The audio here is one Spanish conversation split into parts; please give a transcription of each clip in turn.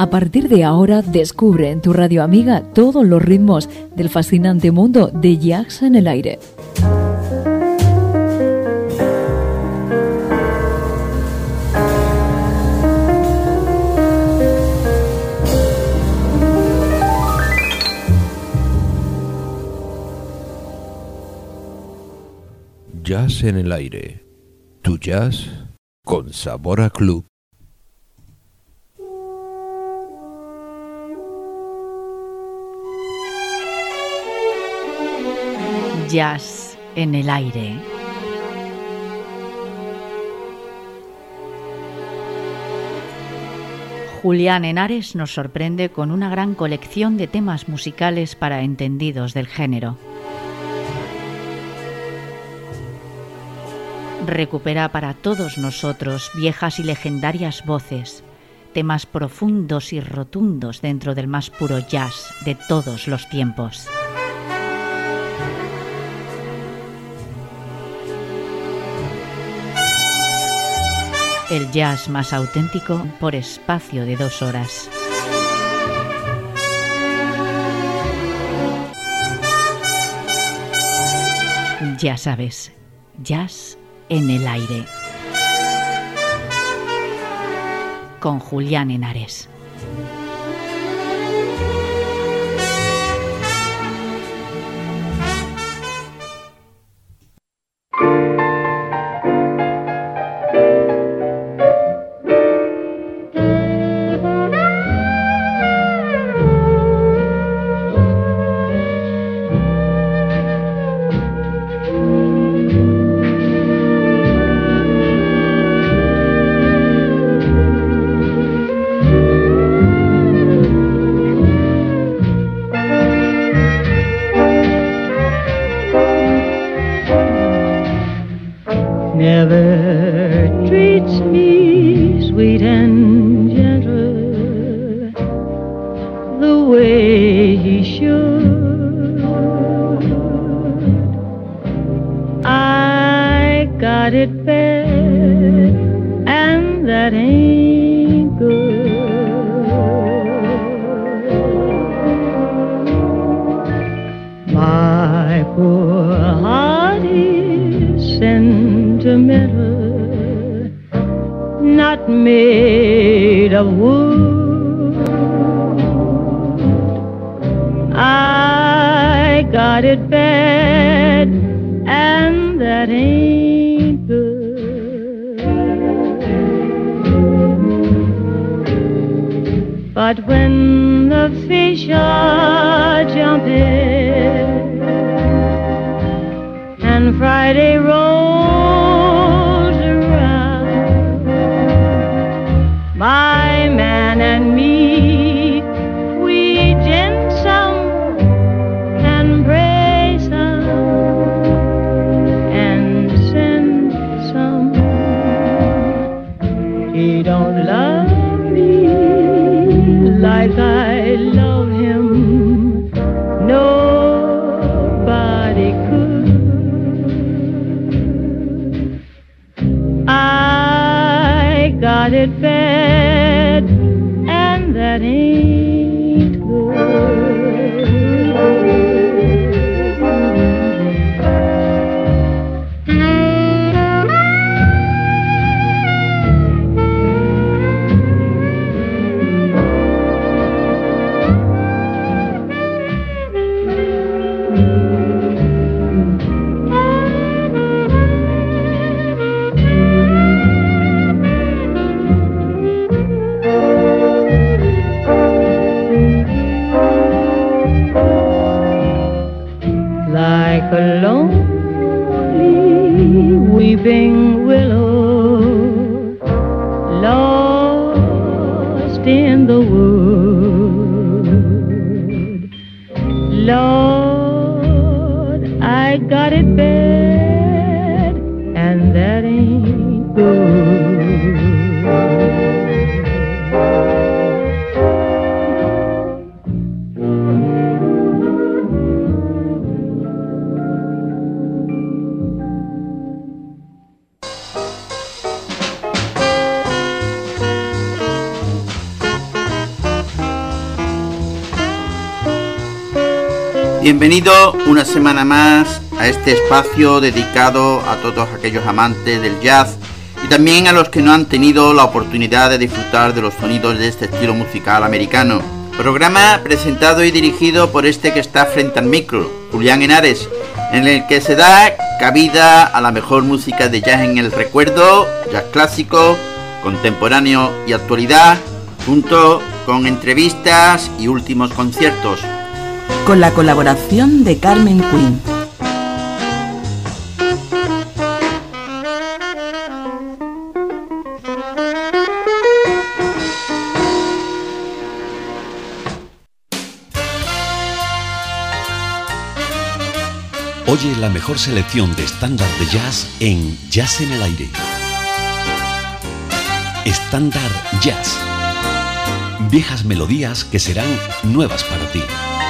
A partir de ahora, descubre en tu radio amiga todos los ritmos del fascinante mundo de Jazz en el Aire. Jazz en el Aire. Tu jazz con sabor a club. Jazz en el Aire. Julián Henares nos sorprende con una gran colección de temas musicales para entendidos del género. Recupera para todos nosotros viejas y legendarias voces, temas profundos y rotundos dentro del más puro jazz de todos los tiempos. El jazz más auténtico por espacio de 2 horas. Ya sabes, Jazz en el Aire. Con Julián Henares. Bienvenido una semana más a este espacio dedicado a todos aquellos amantes del jazz y también a los que no han tenido la oportunidad de disfrutar de los sonidos de este estilo musical americano. Programa presentado y dirigido por este que está frente al micro, Julián Henares, en el que se da cabida a la mejor música de jazz en el recuerdo, jazz clásico, contemporáneo y actualidad, junto con entrevistas y últimos conciertos. Con la colaboración de Carmen Quinn. Oye la mejor selección de estándar de jazz en Jazz en el Aire. Estándar Jazz. Viejas melodías que serán nuevas para ti.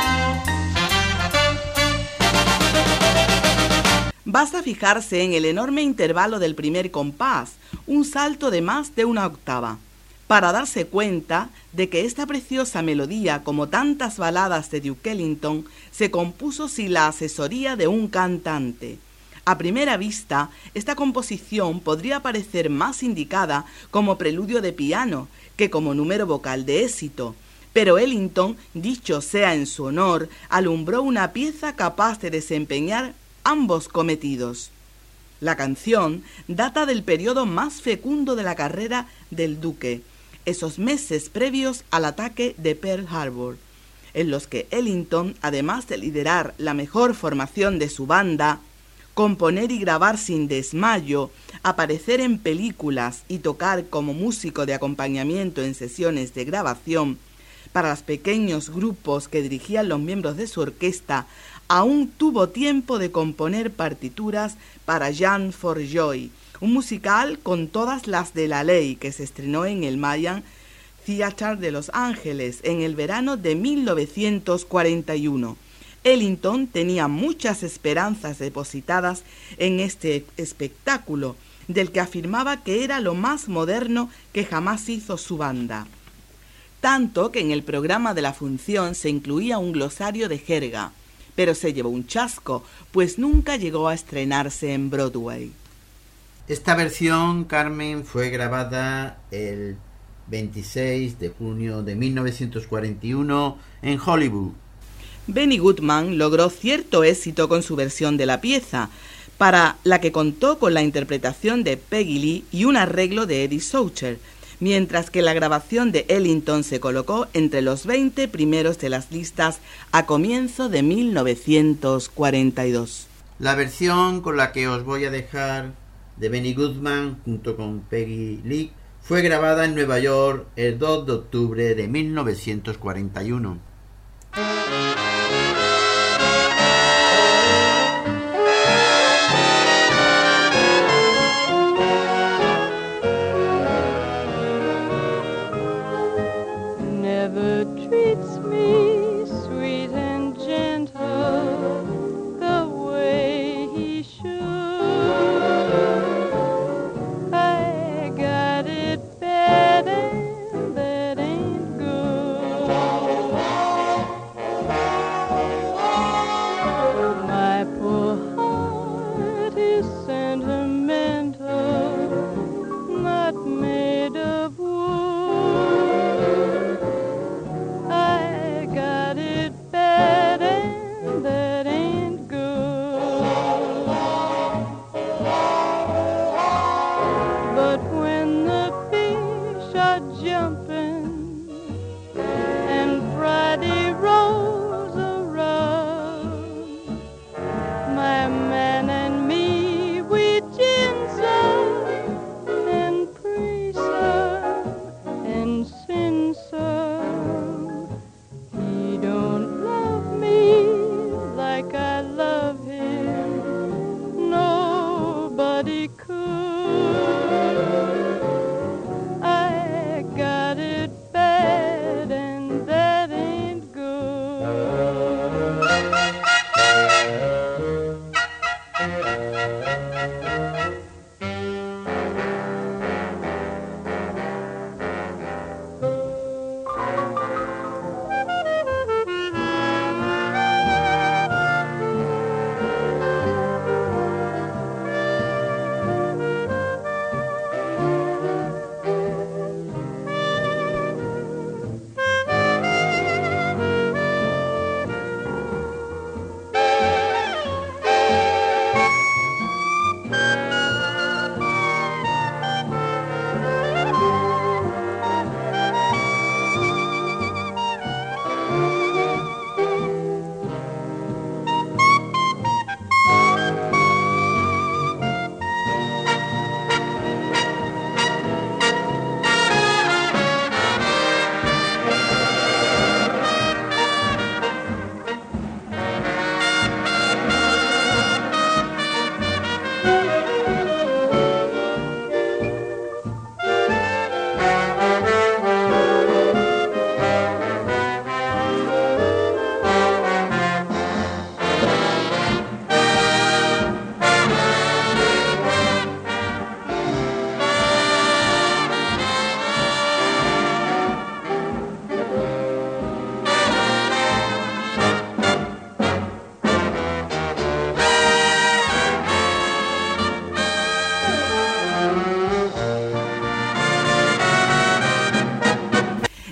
Basta fijarse en el enorme intervalo del primer compás, un salto de más de una octava, para darse cuenta de que esta preciosa melodía, como tantas baladas de Duke Ellington, se compuso sin la asesoría de un cantante. A primera vista, esta composición podría parecer más indicada como preludio de piano que como número vocal de éxito, pero Ellington, dicho sea en su honor, alumbró una pieza capaz de desempeñar ambos cometidos. La canción data del periodo más fecundo de la carrera del Duque, esos meses previos al ataque de Pearl Harbor, en los que Ellington, además de liderar la mejor formación de su banda, componer y grabar sin desmayo, aparecer en películas y tocar como músico de acompañamiento en sesiones de grabación para los pequeños grupos que dirigían los miembros de su orquesta, aún tuvo tiempo de componer partituras para Jan Forjoy, un musical con todas las de la ley que se estrenó en el Mayan Theatre de Los Ángeles en el verano de 1941. Ellington tenía muchas esperanzas depositadas en este espectáculo, del que afirmaba que era lo más moderno que jamás hizo su banda. Tanto que en el programa de la función se incluía un glosario de jerga, pero se llevó un chasco, pues nunca llegó a estrenarse en Broadway. Esta versión, Carmen, fue grabada el 26 de junio de 1941 en Hollywood. Benny Goodman logró cierto éxito con su versión de la pieza, para la que contó con la interpretación de Peggy Lee y un arreglo de Eddie Soucher, mientras que la grabación de Ellington se colocó entre los 20 primeros de las listas a comienzo de 1942. La versión con la que os voy a dejar de Benny Goodman junto con Peggy Lee fue grabada en Nueva York el 2 de octubre de 1941.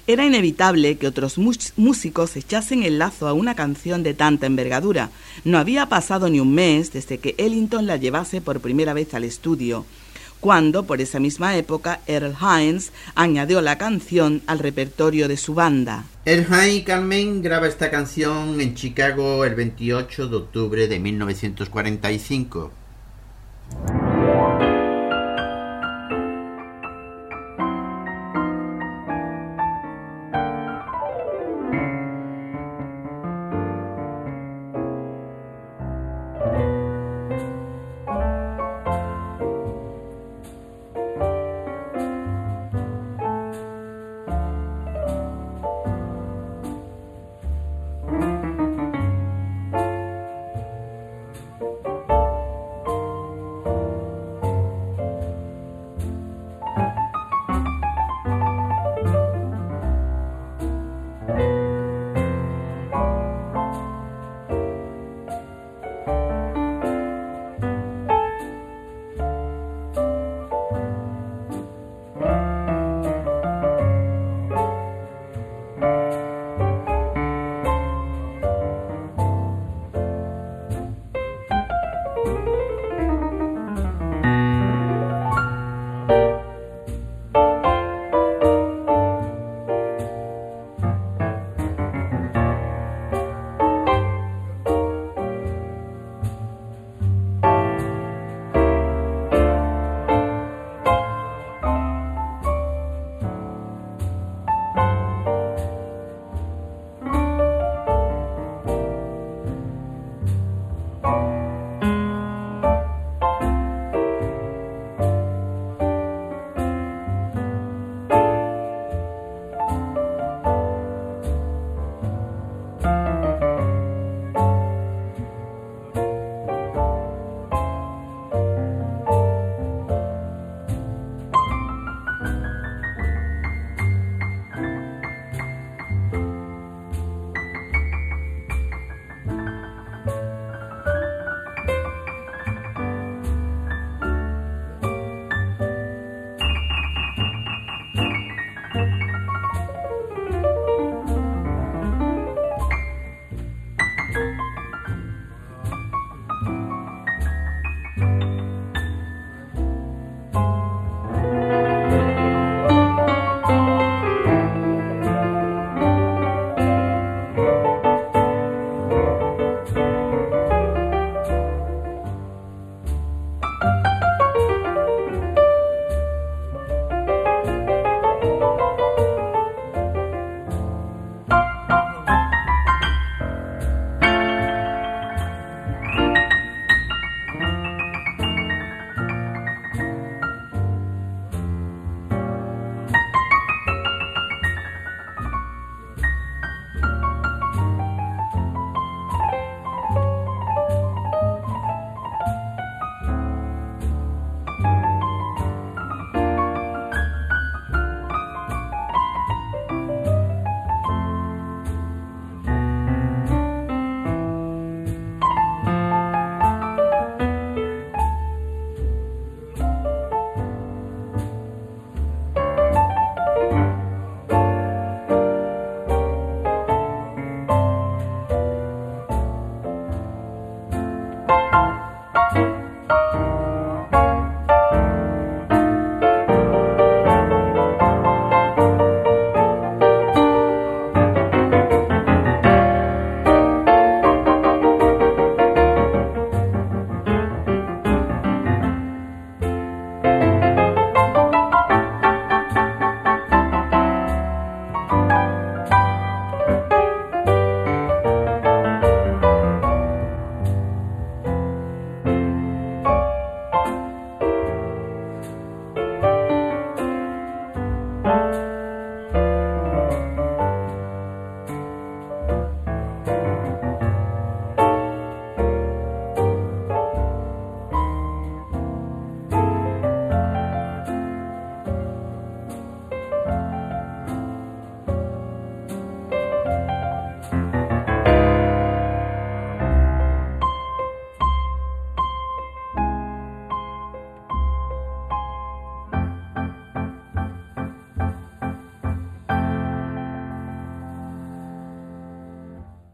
Era inevitable que otros músicos echasen el lazo a una canción de tanta envergadura. No había pasado ni un mes desde que Ellington la llevase por primera vez al estudio, cuando, por esa misma época, Earl Hines añadió la canción al repertorio de su banda. Earl Hines, Carmen, graba esta canción en Chicago el 28 de octubre de 1945.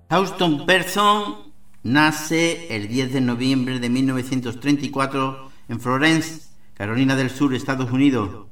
Houston Person nace el 10 de noviembre de 1934 en Florence, Carolina del Sur, Estados Unidos.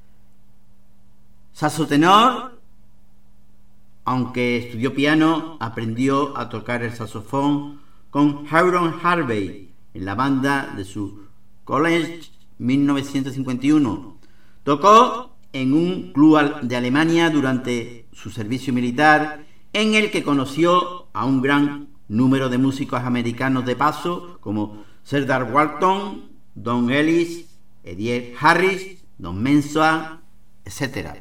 Saxotenor, aunque estudió piano, aprendió a tocar el saxofón con Hiram Harvey en la banda de su college 1951. Tocó en un club de Alemania durante su servicio militar, en el que conoció a un gran número de músicos americanos de paso como Cedar Walton, Don Ellis, Eddie Harris, Don Mensah, etc.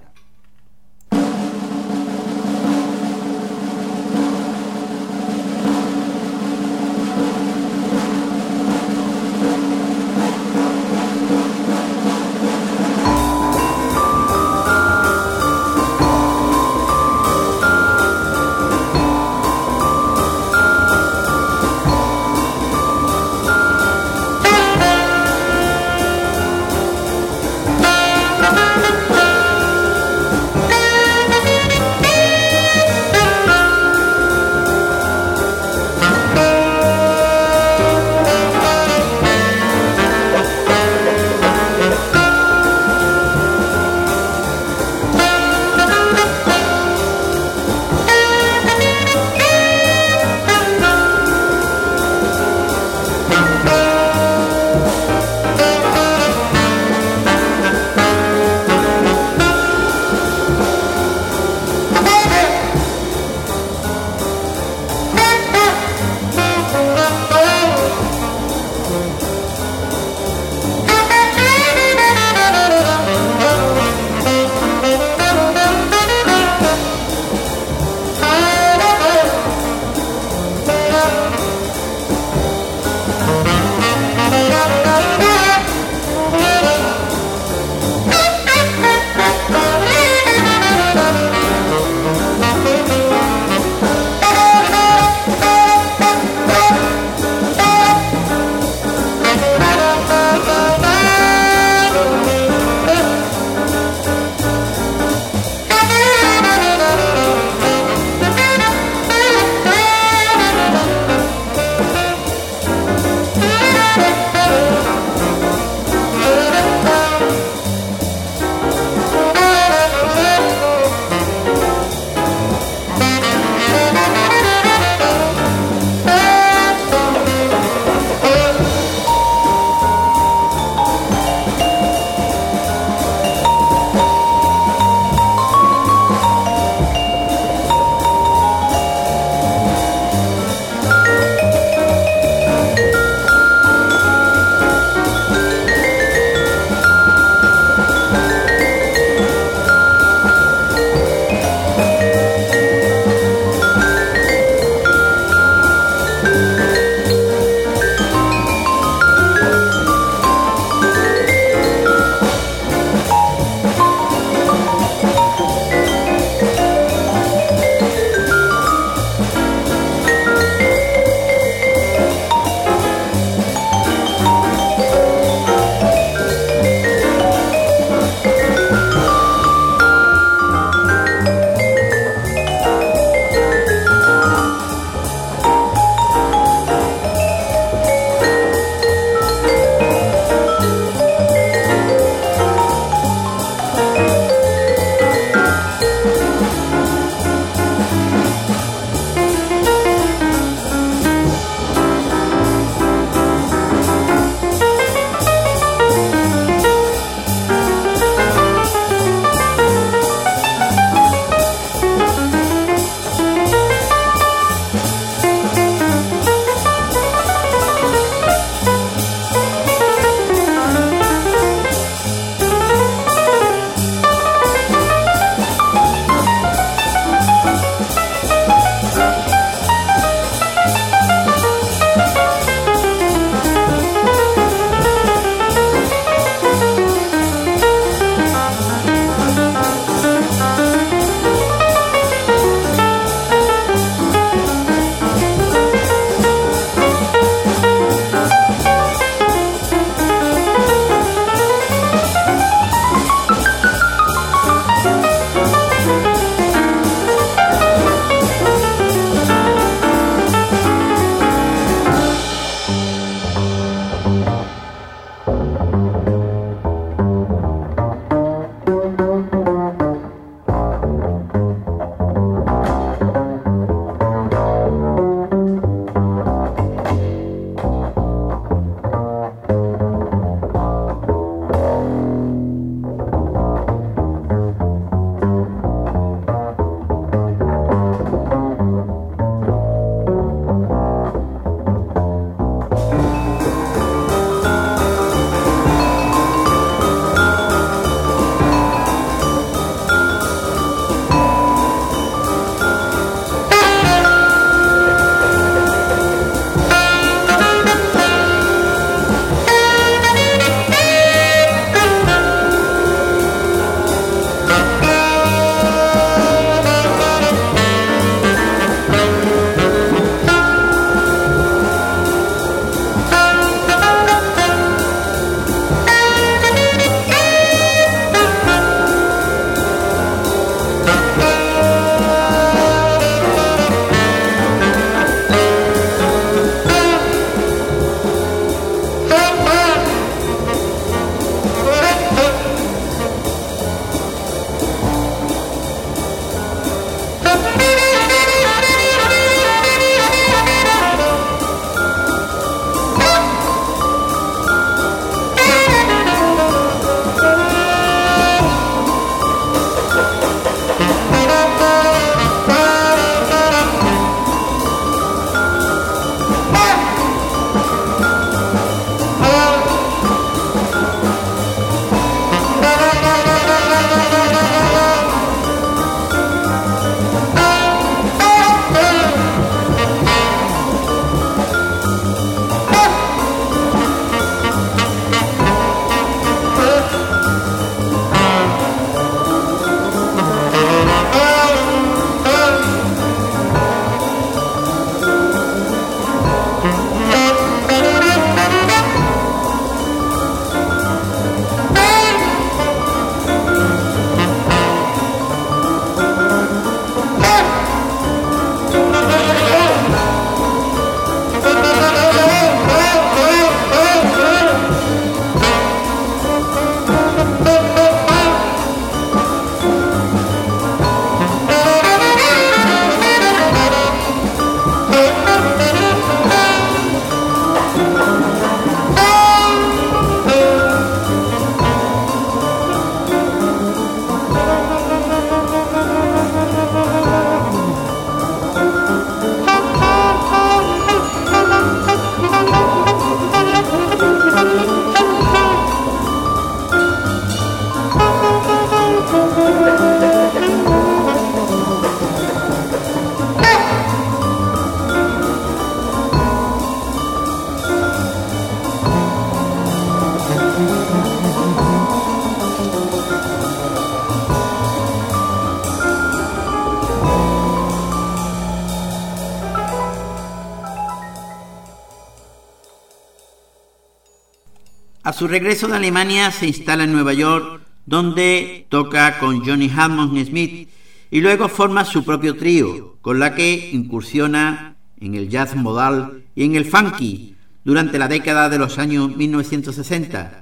A su regreso de Alemania se instala en Nueva York, donde toca con Johnny Hammond Smith y luego forma su propio trío, con la que incursiona en el jazz modal y en el funky durante la década de los años 1960.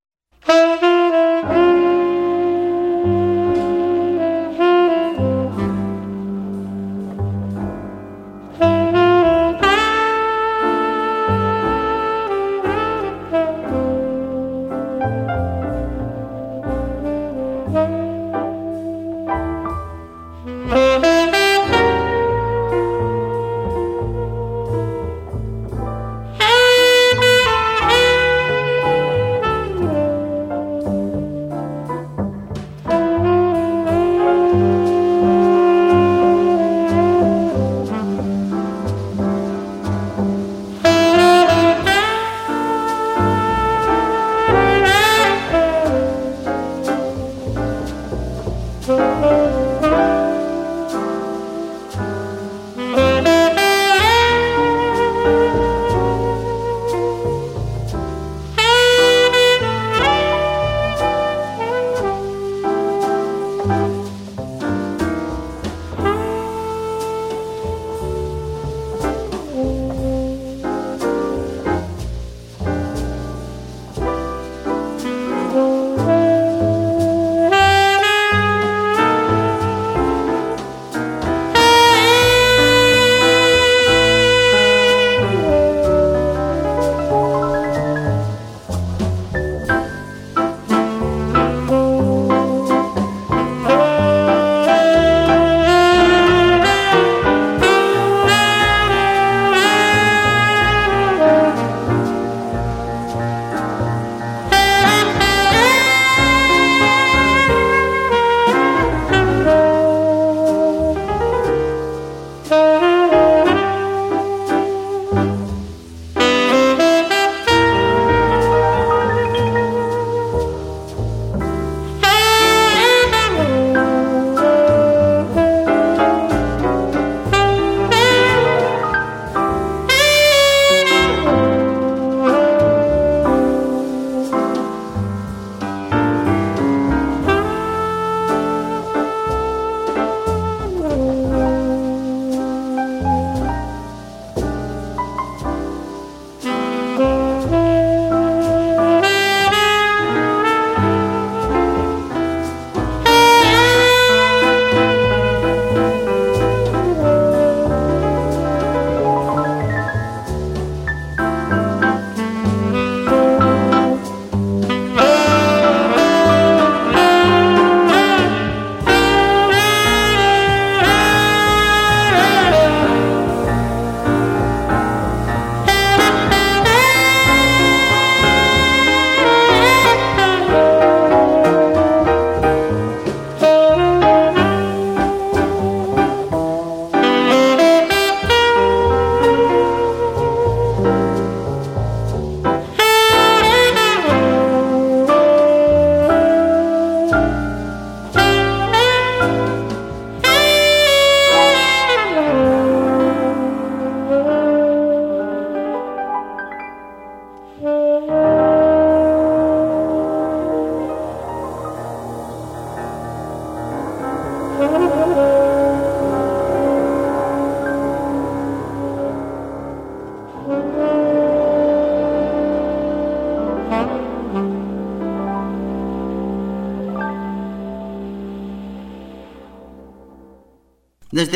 Desde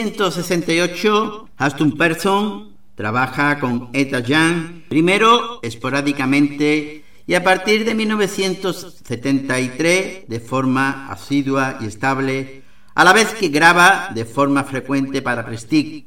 1968, Aston Person trabaja con Etta James, primero esporádicamente y a partir de 1973 de forma asidua y estable, a la vez que graba de forma frecuente para Prestige.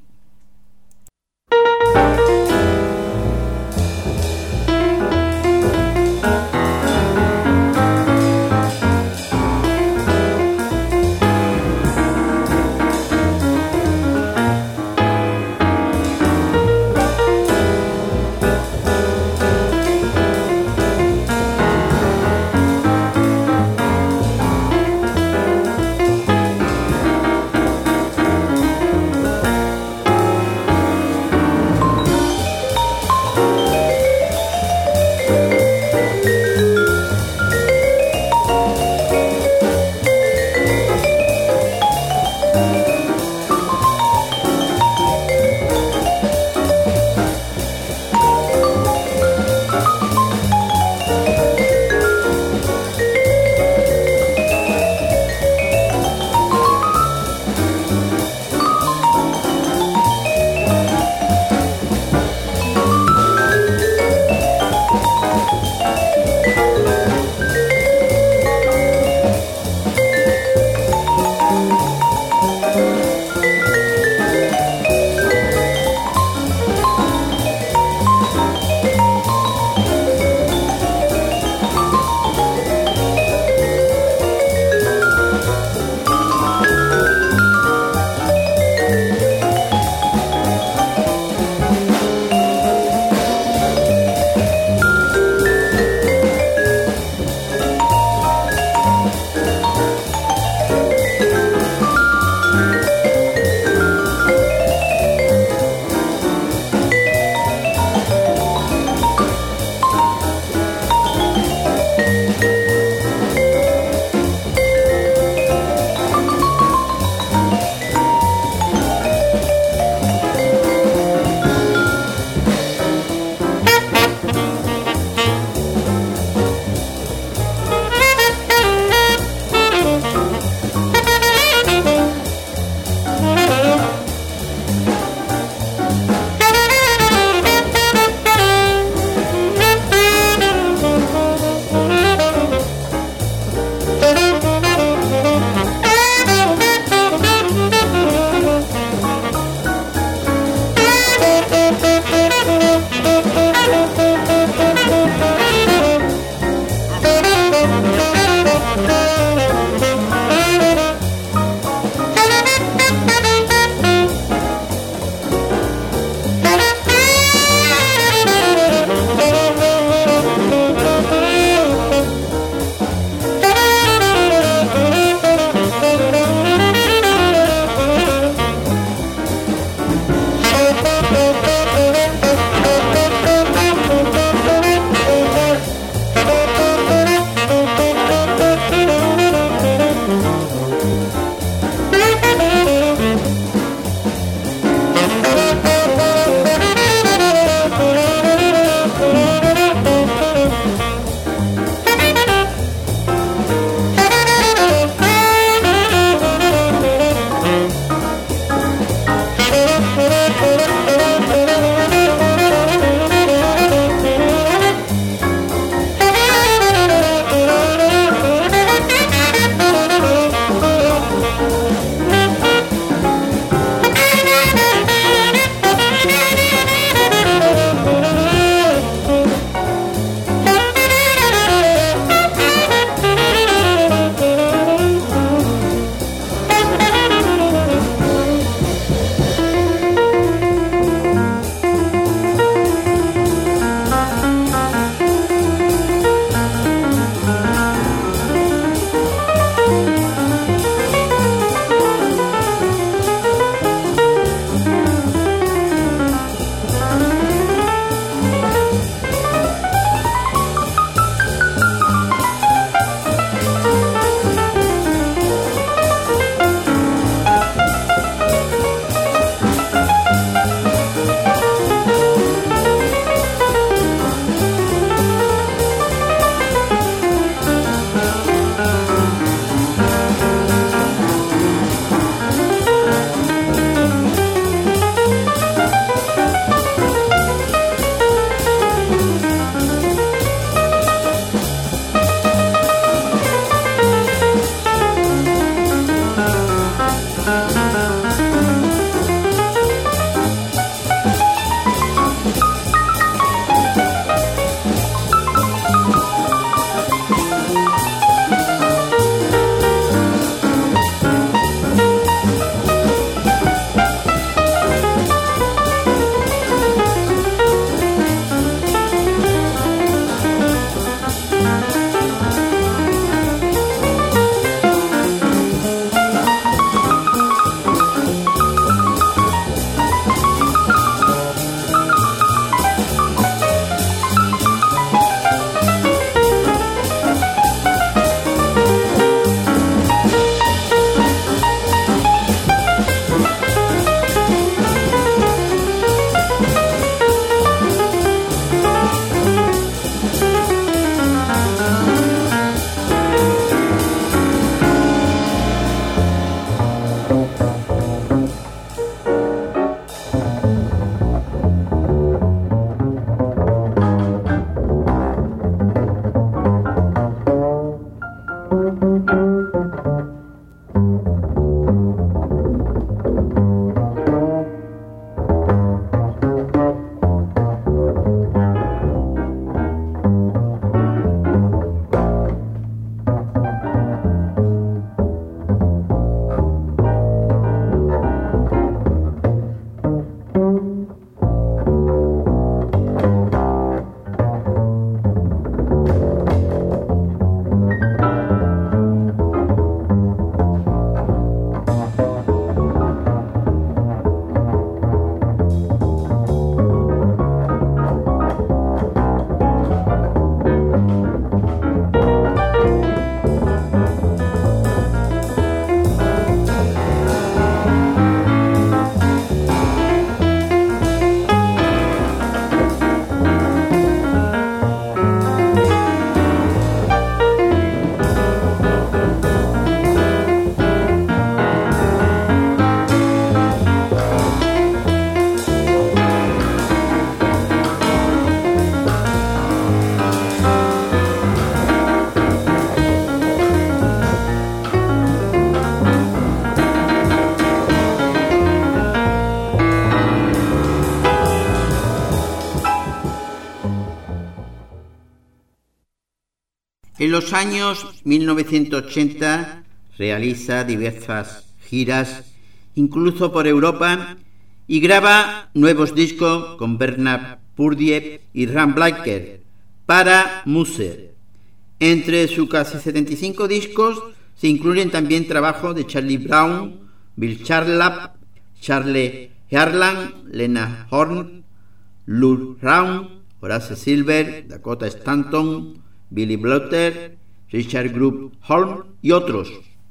En los años 1980 realiza diversas giras, incluso por Europa, y graba nuevos discos con Bernard Purdie y Ram Blecher para Muse. Entre sus casi 75 discos se incluyen también trabajos de Charlie Brown, Bill Charlap, Charlie Harlan, Lena Horne, Lou Brown, Horace Silver, Dakota Stanton, Billy Blotter, Richard Group Holmes y otros.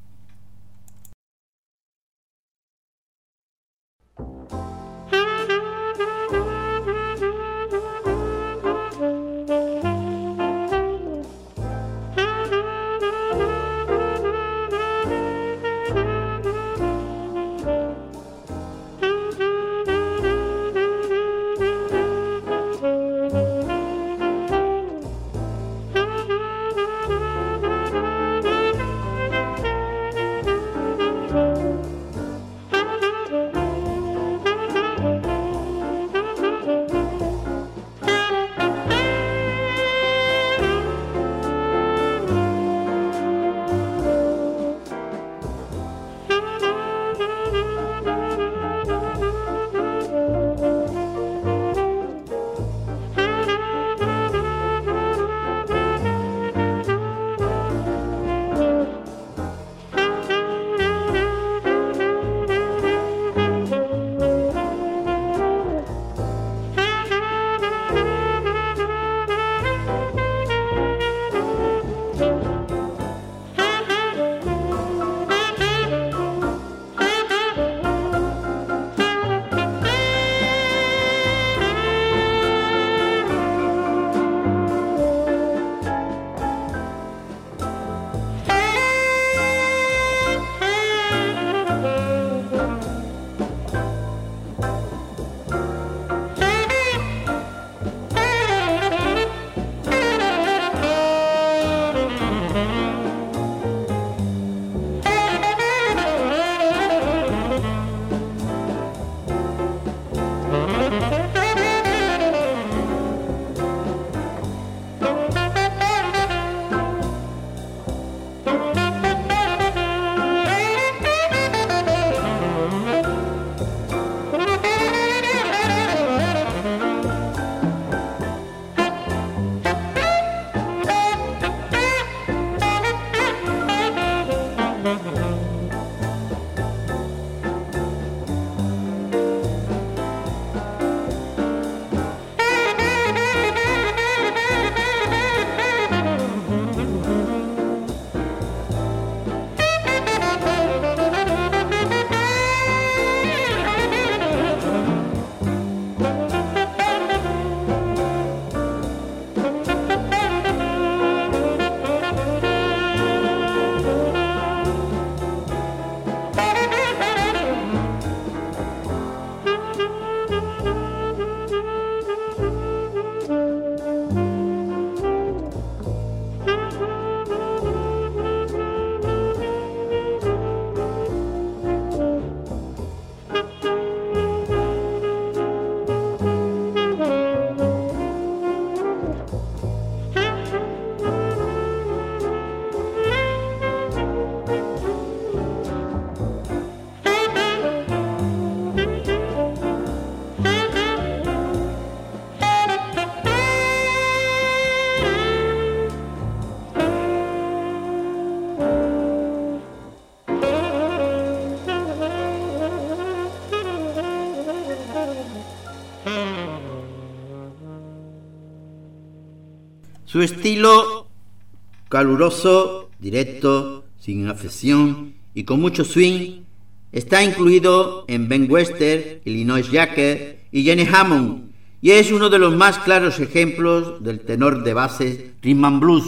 Su estilo caluroso, directo, sin afección y con mucho swing está incluido en Ben Webster, Illinois Jagger y Jenny Hammond, y es uno de los más claros ejemplos del tenor de base rhythm and blues.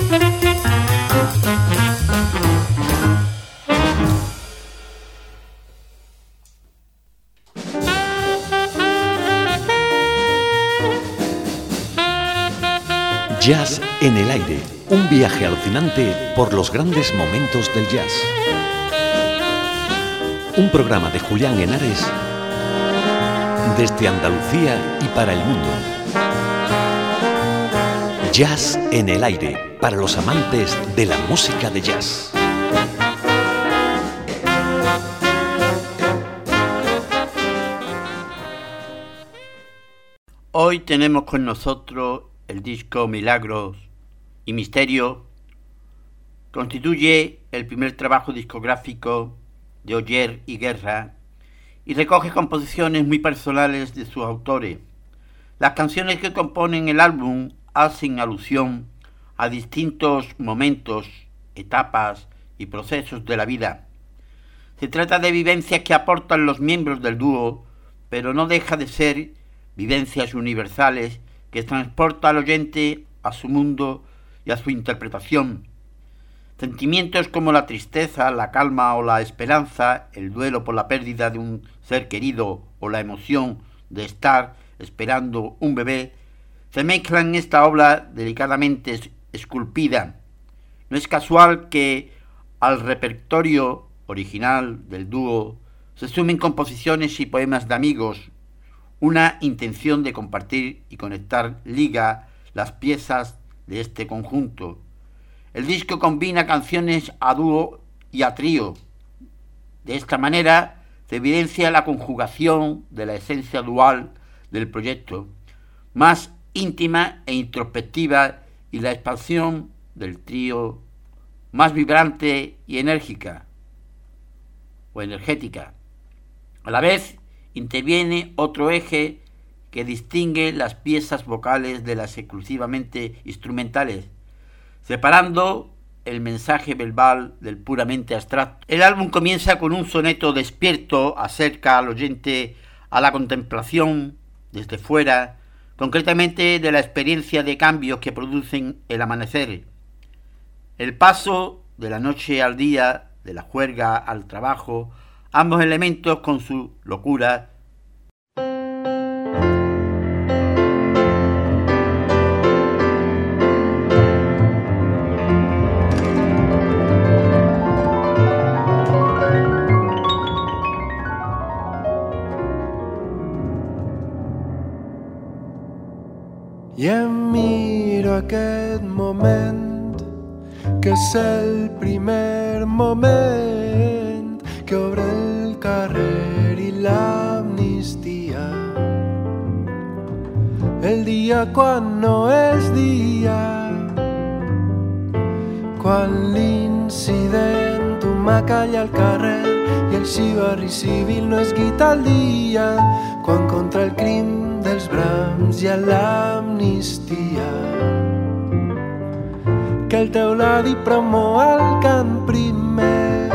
Jazz en el aire, un viaje alucinante por los grandes momentos del jazz. Un programa de Julián Henares desde Andalucía y para el mundo. Jazz en el aire, para los amantes de la música de jazz. Hoy tenemos con nosotros el disco Milagros y Misterio. Constituye el primer trabajo discográfico de Oller y Guerra y recoge composiciones muy personales de sus autores. Las canciones que componen el álbum hacen alusión a distintos momentos, etapas y procesos de la vida. Se trata de vivencias que aportan los miembros del dúo, pero no deja de ser vivencias universales que transporta al oyente a su mundo y a su interpretación. Sentimientos como la tristeza, la calma o la esperanza, el duelo por la pérdida de un ser querido o la emoción de estar esperando un bebé, se mezclan en esta obra delicadamente esculpida. No es casual que al repertorio original del dúo se sumen composiciones y poemas de amigos. Una intención de compartir y conectar liga las piezas de este conjunto. El disco combina canciones a dúo y a trío. De esta manera se evidencia la conjugación de la esencia dual del proyecto, más íntima e introspectiva, y la expansión del trío, más vibrante y enérgica o energética. A la vez interviene otro eje que distingue las piezas vocales de las exclusivamente instrumentales, separando el mensaje verbal del puramente abstracto. El álbum comienza con un soneto despierto, acerca al oyente a la contemplación desde fuera, concretamente de la experiencia de cambios que producen el amanecer, el paso de la noche al día, de la juerga al trabajo, ambos elementos con su locura. I em miro aquest moment, que és el primer moment que obre el carrer i l'amnistia. El dia quan no és dia, quan l'incident humà calla al carrer i el xivarri civil no es guita al dia, quan contra el crim dels brams i a l'amnistia. Que el teuladi promou el cant primer,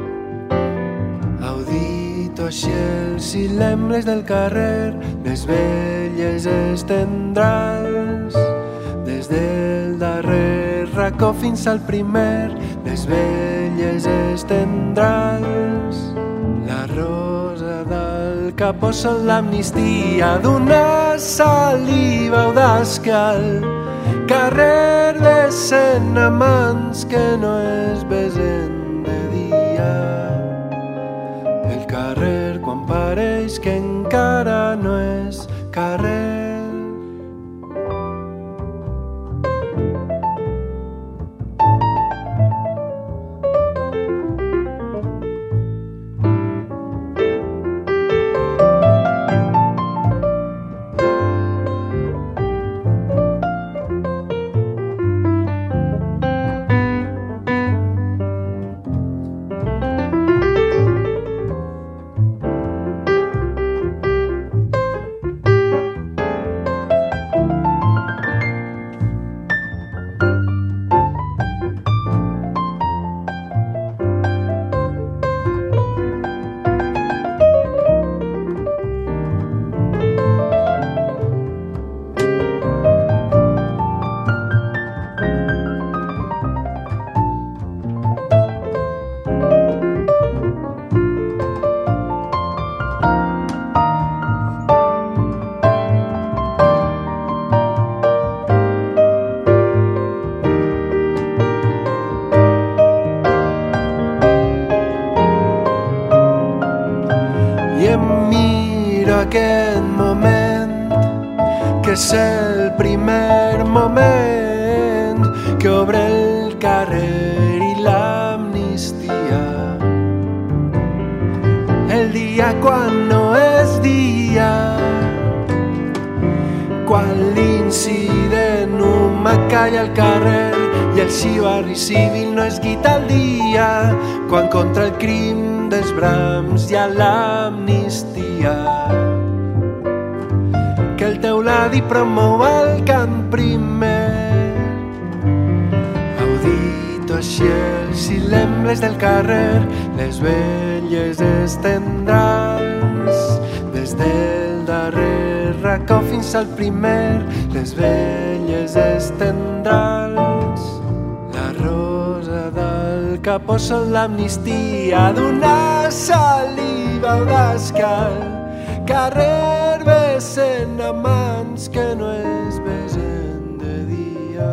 audito així els silembres del carrer, les velles estendrals, des del darrer racó fins al primer, les velles estendrals. La rosa del capó són l'amnistia d'una saliva audaç que al carrer de cent amants que no es besen de dia. El carrer quan pareix que encara no és carrer. aquest moment, que és el primer moment que obre el carrer i l'amnistia. El dia quan no és dia, quan l'incident humà calla al carrer i el xivarri civil no es guita al dia, quan contra el crim dels brams hi ha l'amnistia. Que el teuladi promou el cant primer, audito així els silembles del carrer, les velles estendrals, des del darrer racó fins al primer, les velles estendrals. La rosa del capó són l'amnistia d'una saliva d'escal, carrer besen amants que no es besen de dia.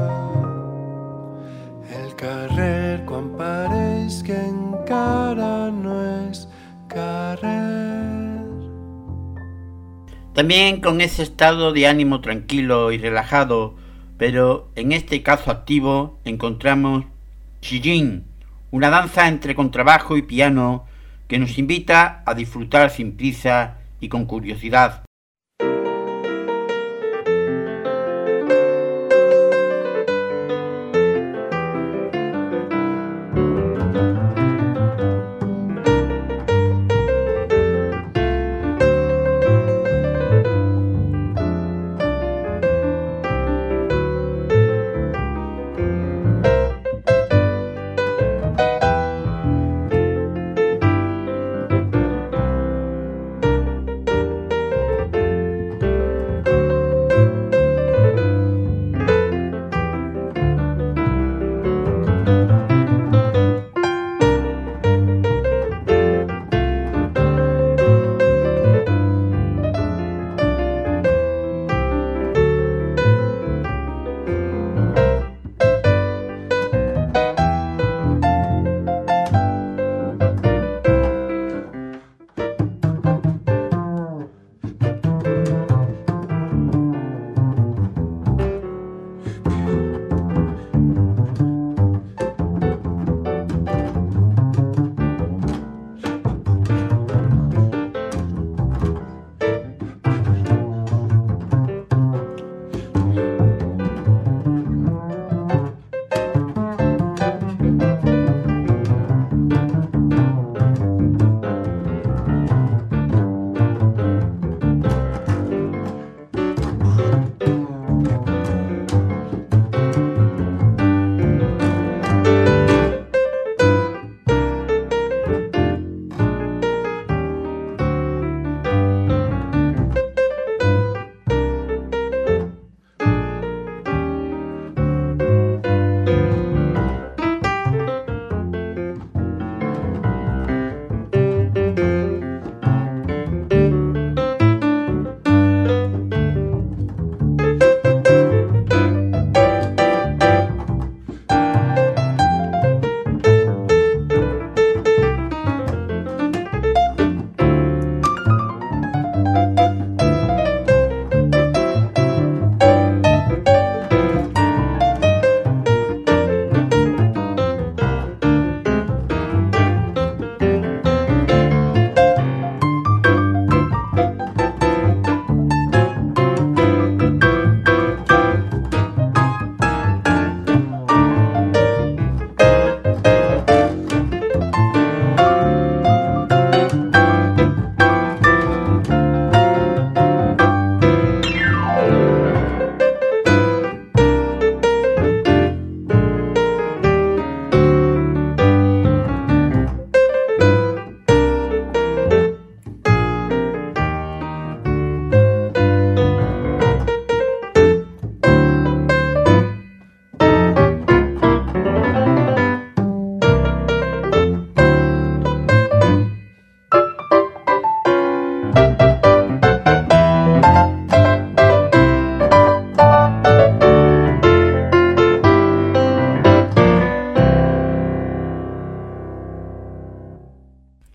El carrer quan pareix que encara no es carrer. También con ese estado de ánimo tranquilo y relajado, pero en este caso activo, encontramos Shijin, una danza entre contrabajo y piano que nos invita a disfrutar sin prisa y con curiosidad.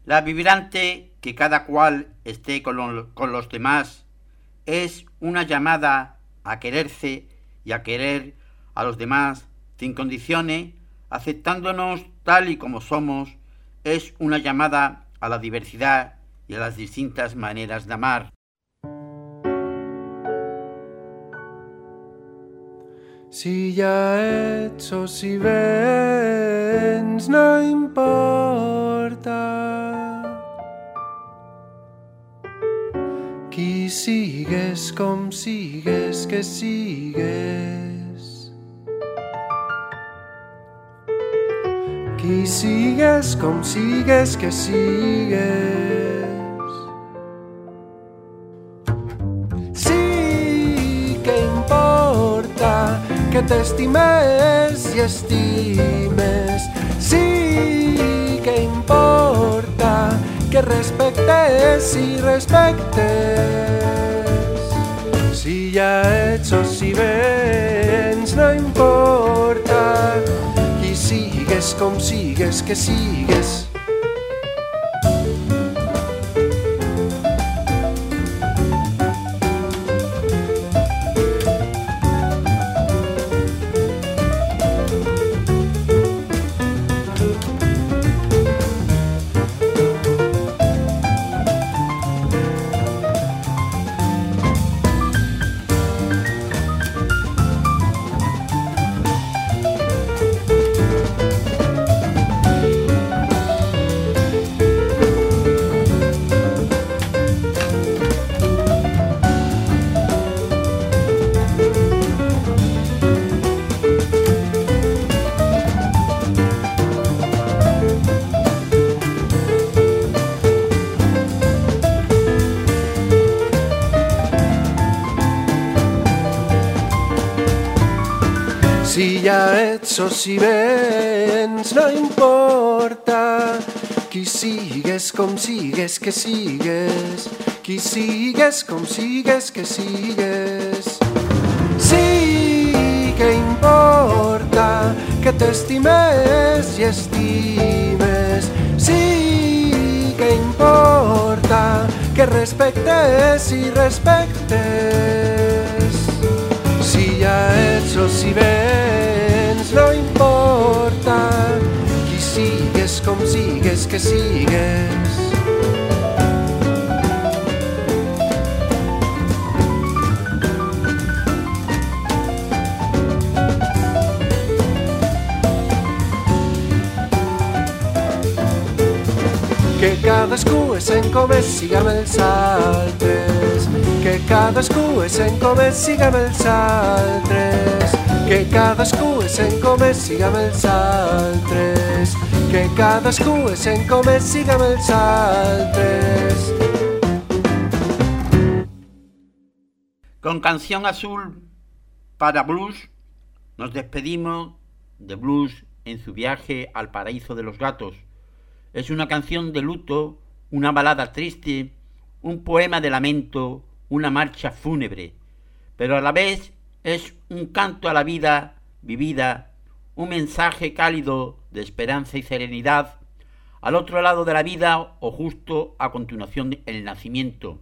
La vibrante que cada cual esté con los demás es una llamada a quererse y a querer a los demás sin condiciones, aceptándonos tal y como somos, es una llamada a la diversidad y a las distintas maneras de amar. Si ya ets o si vens, no importa. Qui sigues, com sigues, que sigues. Qui sigues, com sigues, que sigues. Sí que importa que t'estimes i estimes. Sí que importa que respectes i respectes. Si ja ets o si vens, no importa. Qui sigues, com sigues, que sigues. Si ja ets o si vens, no importa. Qui sigues, com sigues, que sigues. Qui sigues, com sigues, que sigues. Sí que importa que t'estimes i estimes. Sí que importa que respectes i respectes. Si ja ets o si vens, no importa. Qui sigues, com sigues, que sigues. Que cadascú és en com és, siguem els altres. Que cadascú és en com és, siguem els altres. Que cadascú és en com és, siguem els altres. Que cadascú és en com és, siguem els altres. Con Canción Azul para Blues nos despedimos de Blues en su viaje al paraíso de los gatos. Es una canción de luto, una balada triste, un poema de lamento, una marcha fúnebre, pero a la vez es un canto a la vida vivida, un mensaje cálido de esperanza y serenidad, al otro lado de la vida o justo a continuación del nacimiento.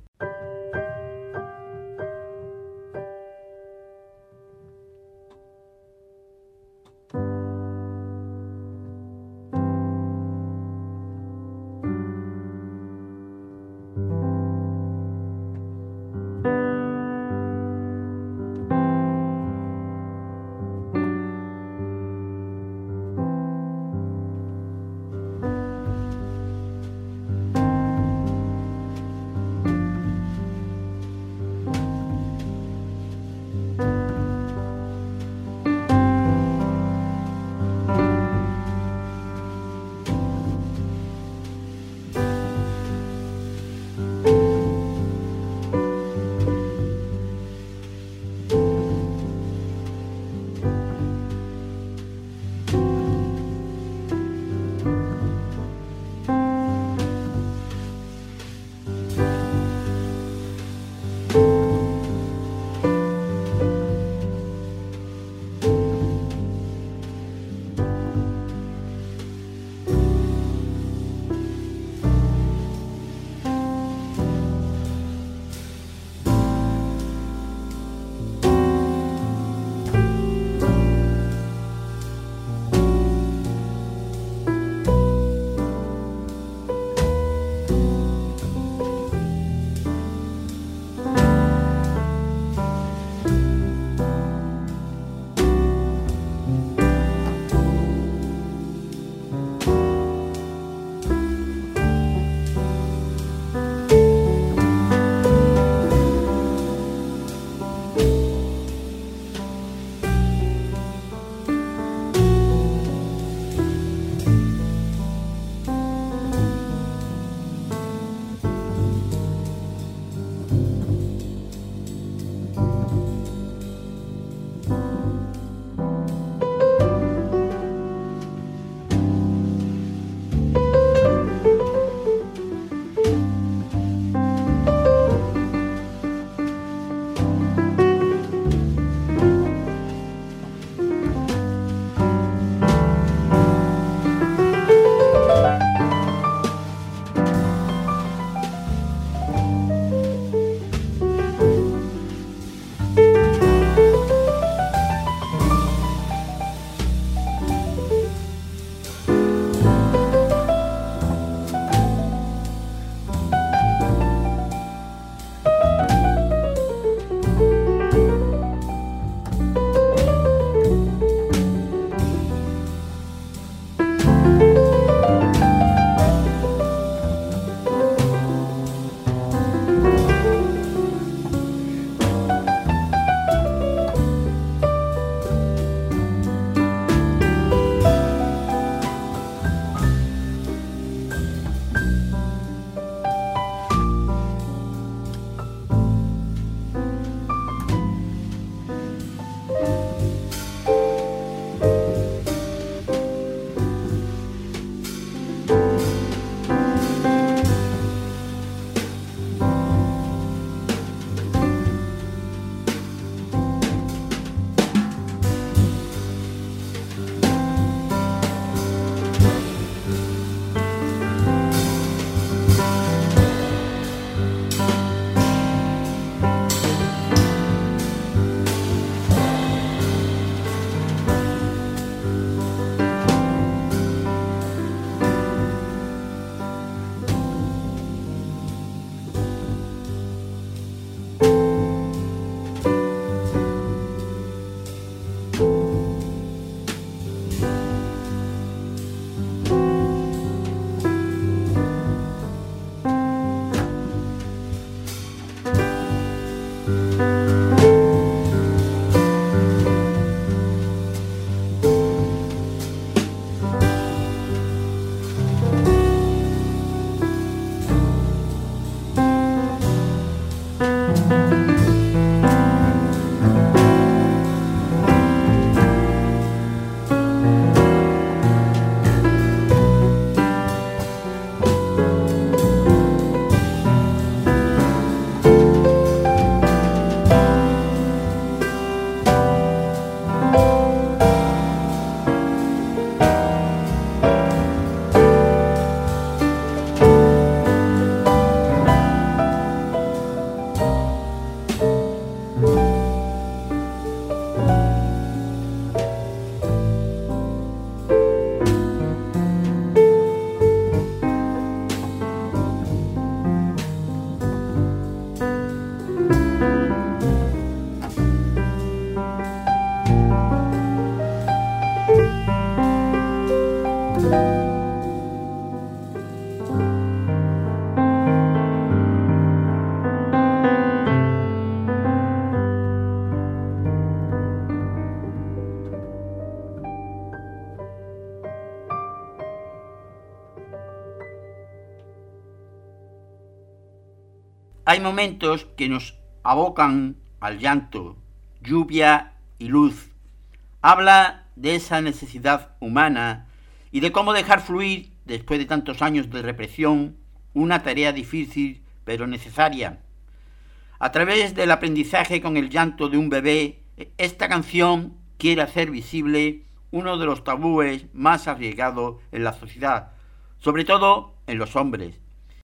Hay momentos que nos abocan al llanto, lluvia y luz. Habla de esa necesidad humana y de cómo dejar fluir, después de tantos años de represión, una tarea difícil pero necesaria. A través del aprendizaje con el llanto de un bebé, esta canción quiere hacer visible uno de los tabúes más arriesgados en la sociedad, sobre todo en los hombres.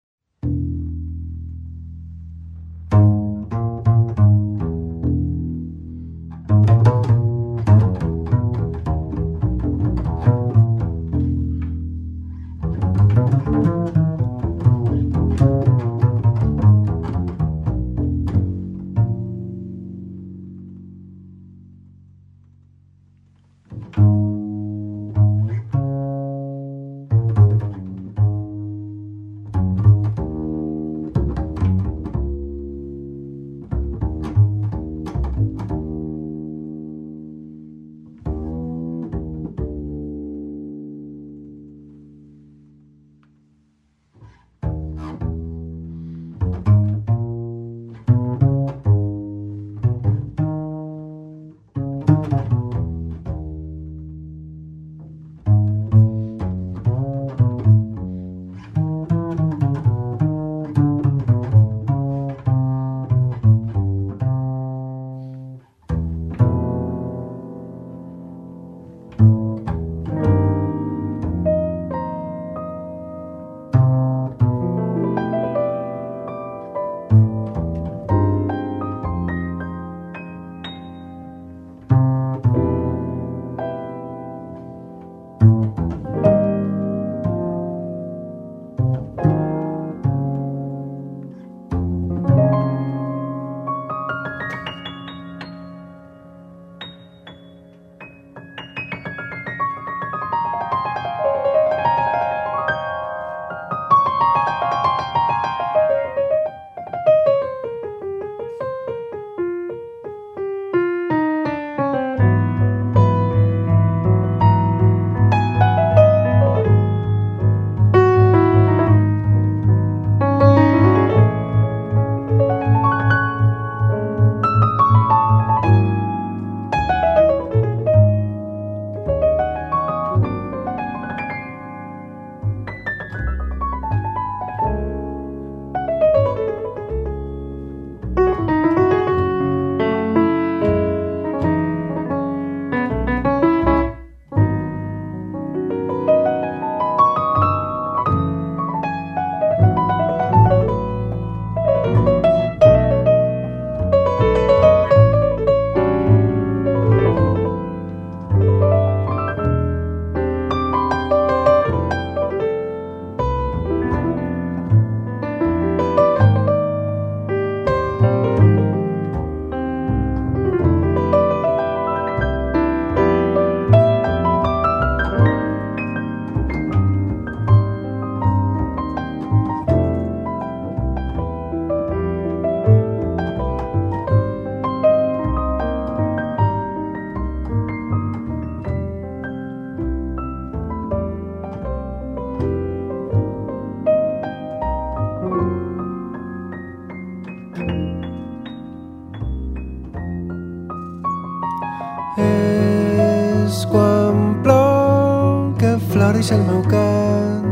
floreix el meu cant,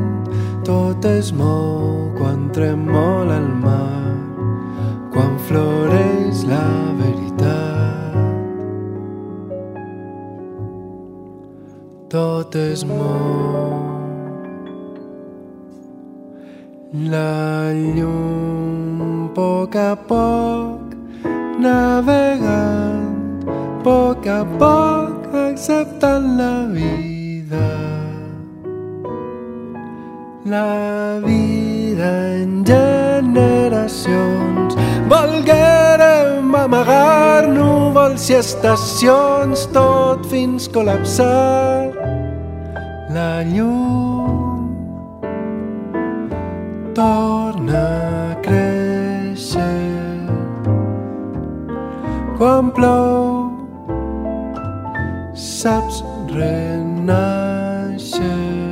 tot es mou quan tremola el mar, quan floreix la veritat. Tot es mou, la llum a poc, navegant, a poc, acceptant la vida. La vida en generacions, volguérem amagar núvols i estacions, tot fins col·lapsar la llum torna a créixer. Quan plou, saps renaixer.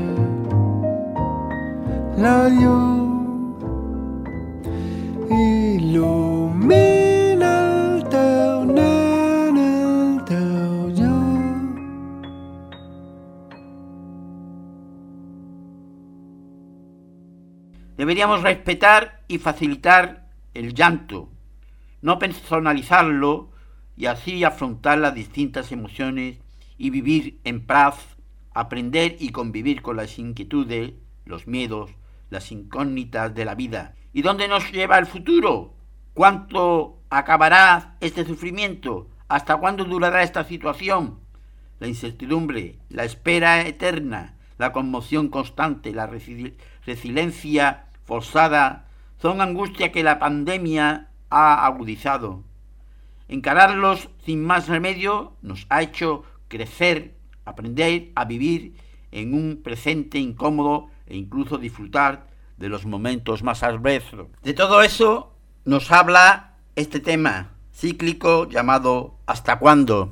La llum il·lumina el teu nen, el teu jo. Deberíamos respetar y facilitar el llanto, no personalizarlo y así afrontar las distintas emociones y vivir en paz, aprender y convivir con las inquietudes, los miedos, las incógnitas de la vida. ¿Y dónde nos lleva el futuro? ¿Cuánto acabará este sufrimiento? ¿Hasta cuándo durará esta situación? La incertidumbre, la espera eterna, la conmoción constante, la resiliencia forzada son angustias que la pandemia ha agudizado. Encararlos sin más remedio nos ha hecho crecer, aprender a vivir en un presente incómodo e incluso disfrutar de los momentos más adversos. De todo eso nos habla este tema cíclico llamado ¿Hasta cuándo?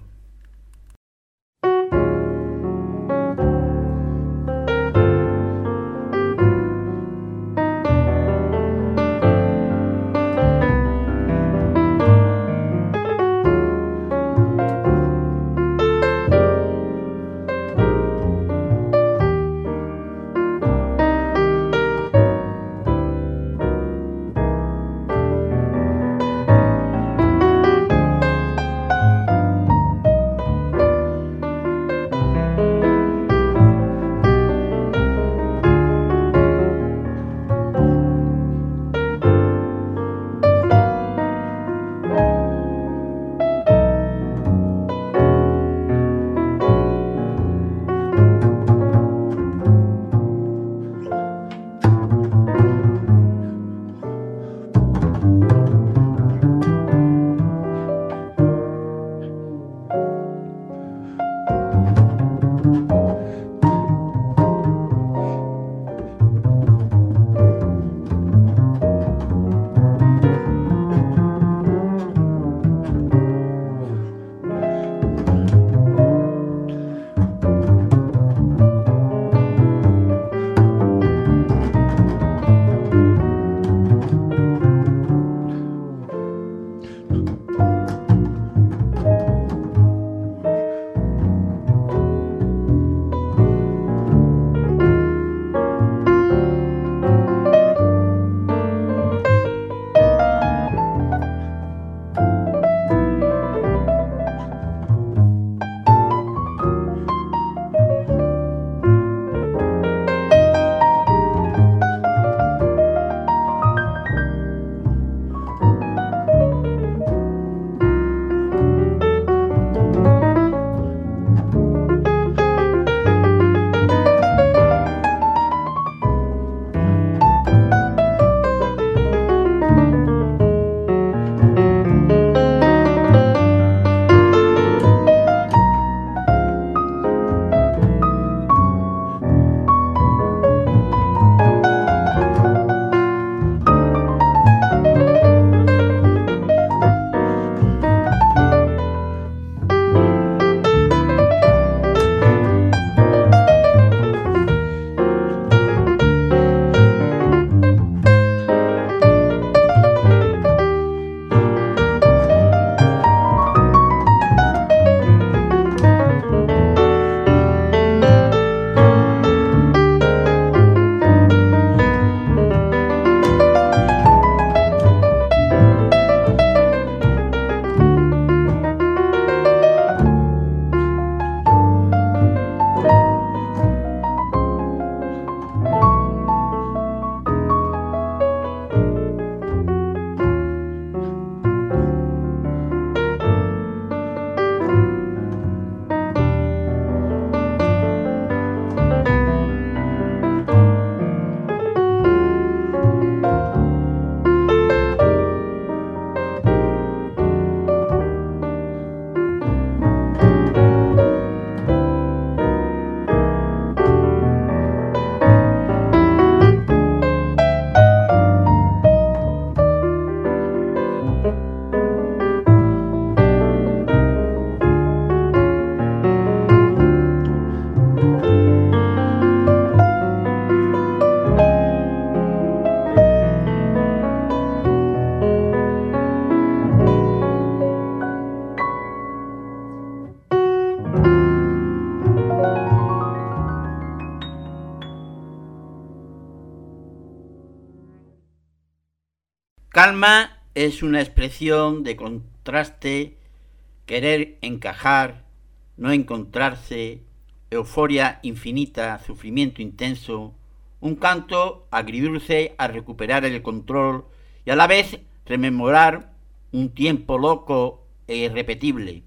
Calma es una expresión de contraste, querer encajar, no encontrarse, euforia infinita, sufrimiento intenso, un canto agridulce a recuperar el control y a la vez rememorar un tiempo loco e irrepetible.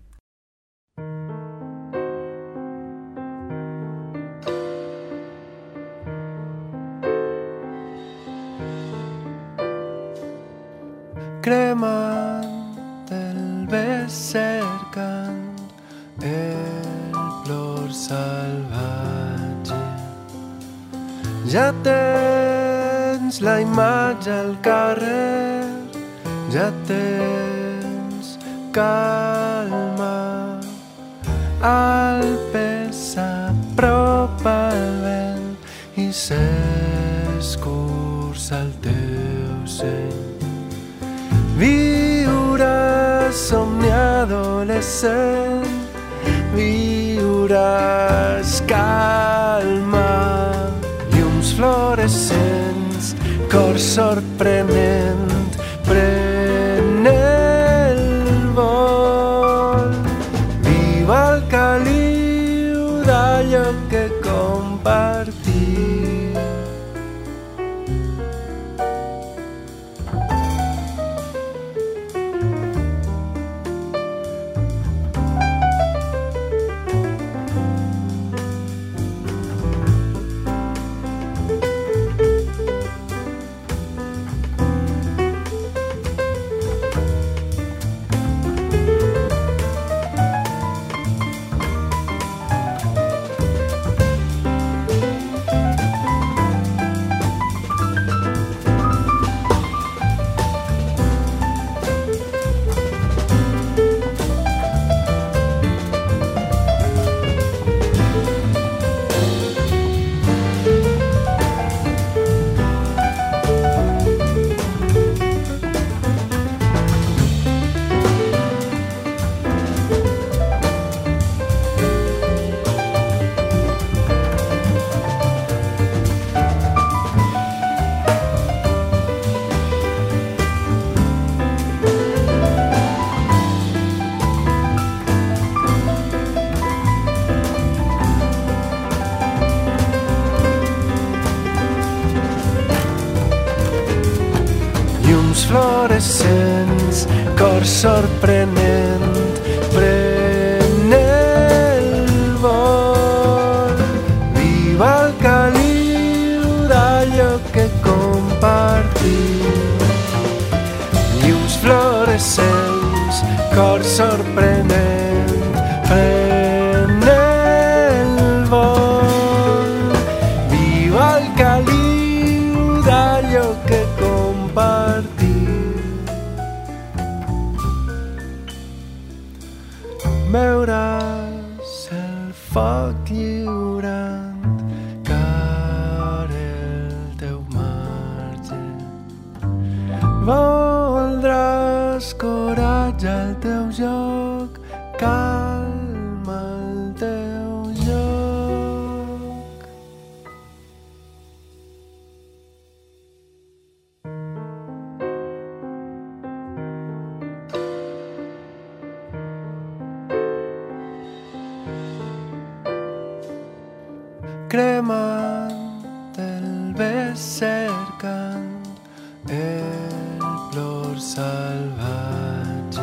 Cremant el bes cercant el plor salvatge. Ja tens la imatge al carrer, ja tens calma. El pes s'apropa el vent i s'escurça el teu seny. Viuràs somni adolescent, viuràs calma, llums fluorescents, cor sorprenent, pren el vol. Viva el caliu d'allò que compartim. Fluorescents, cor sorprenent, pren el vol. Viva el caliu d'allò que compartim. Llums fluorescents, cor sorprenent, pren el vol. Viva el caliu d'allò que compartim. Veuràs el foc lliurant car el teu marge. Voldràs coratge al teu joc, calma el teu joc. Cremant el bes cercant el plor salvatge.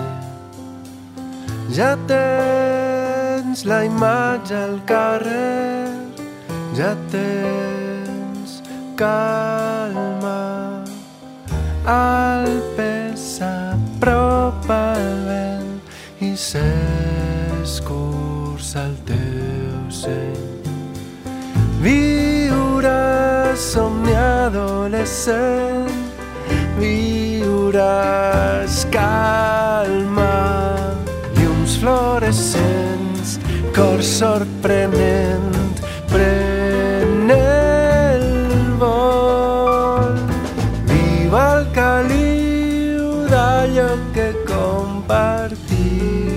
Ja tens la imatge al carrer, ja tens calma. El pes s'apropa el vent i s'escurça el teu seny. Viuràs somni adolescent, viuràs calma, llums fluorescents, cor sorprenent, pren el vol. Viva el caliu d'allò que compartim.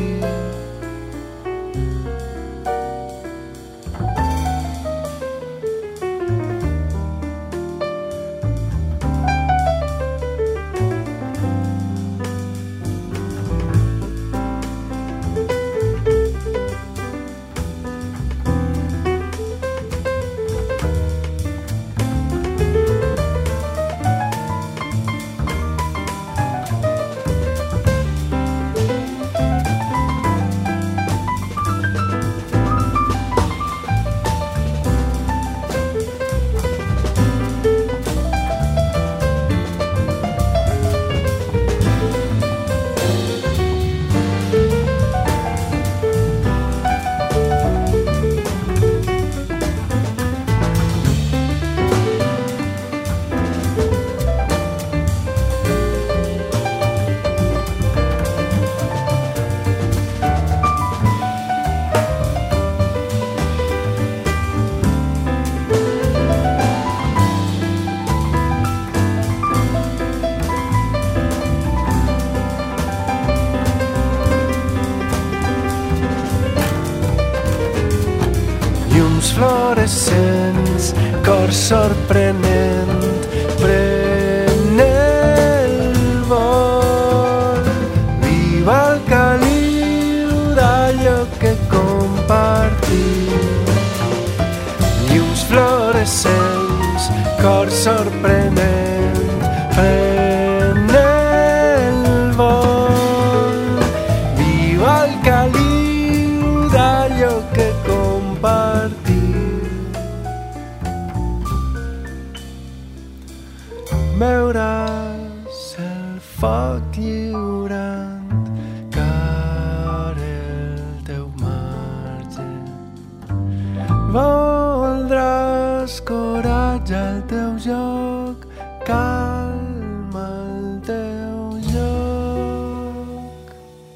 cor sorprenent pren el vol. Viva el caliu d'allò que compartim, llums fluorescents, cor sorprenent pren el vol. Viva el caliu d'allò que compartim. Veuràs el foc lliurant car el teu marge. Voldràs coratge al teu joc, calma el teu joc.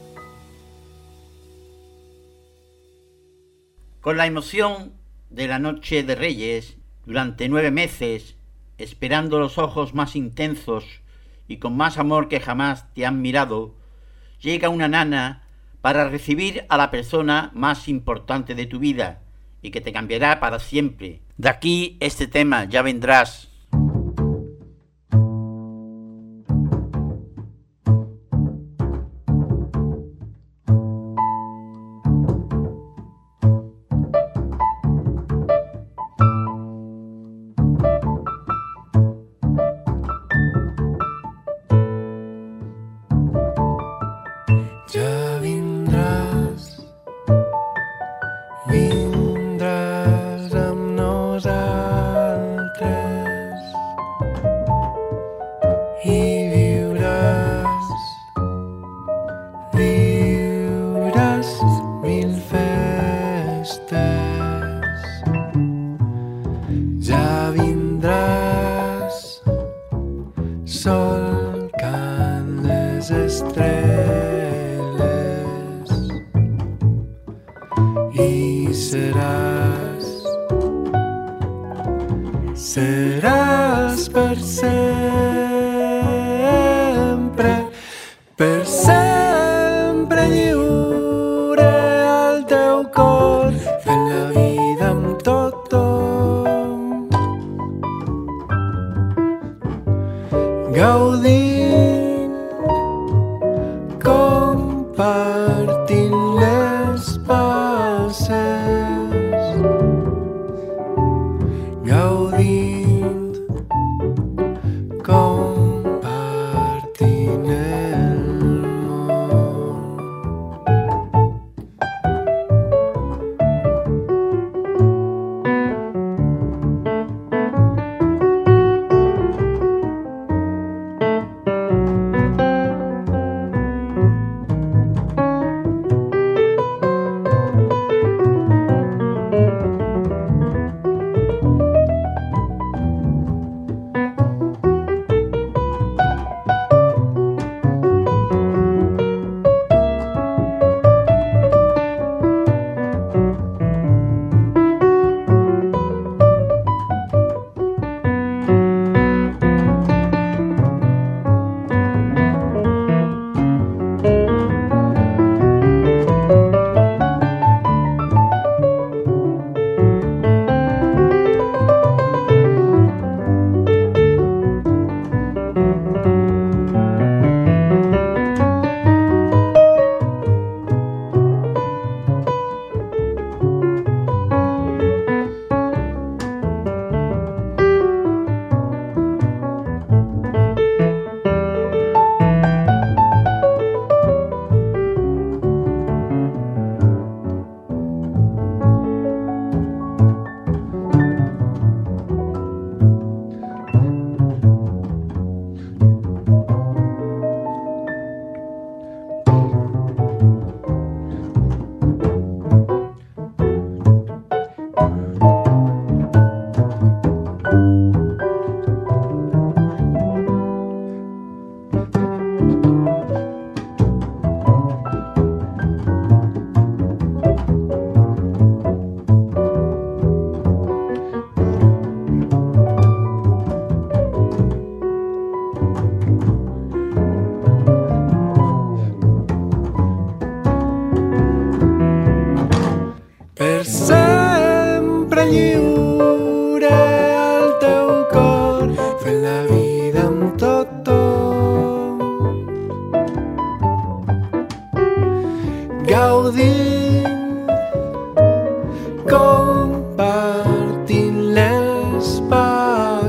Con la emoción de la noche de Reyes, durante 9 meses, esperando los ojos más intensos y con más amor que jamás te han mirado, llega una nana para recibir a la persona más importante de tu vida y que te cambiará para siempre. De aquí este tema, Ya vendrás. Ja vindràs, vindràs amb nosaltres i viuràs, viuràs mil festes. Ja vindràs, solcant les estrelles, i seràs per sempre lliure al teu cor, fent la vida amb tothom, gaudint, compartint les passes, gaudint, compartint el món.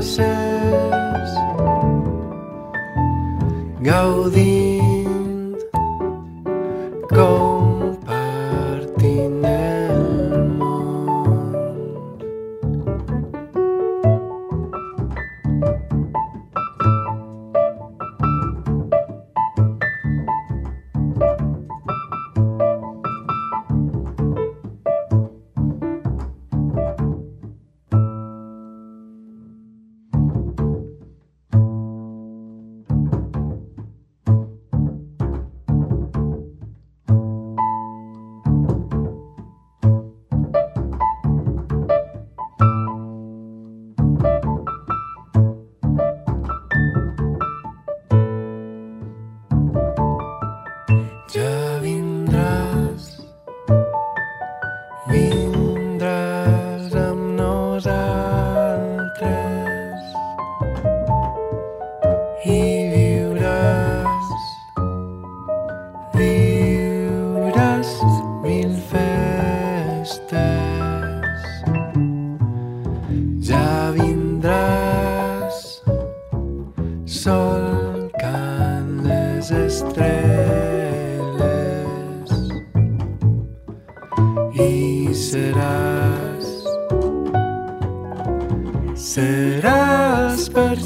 passes, gaudint, compartint el món. Ja vindràs, vindràs amb nosaltres i viuràs, viuràs mil festes. Ja vindràs, solcant les estrelles, i seràs per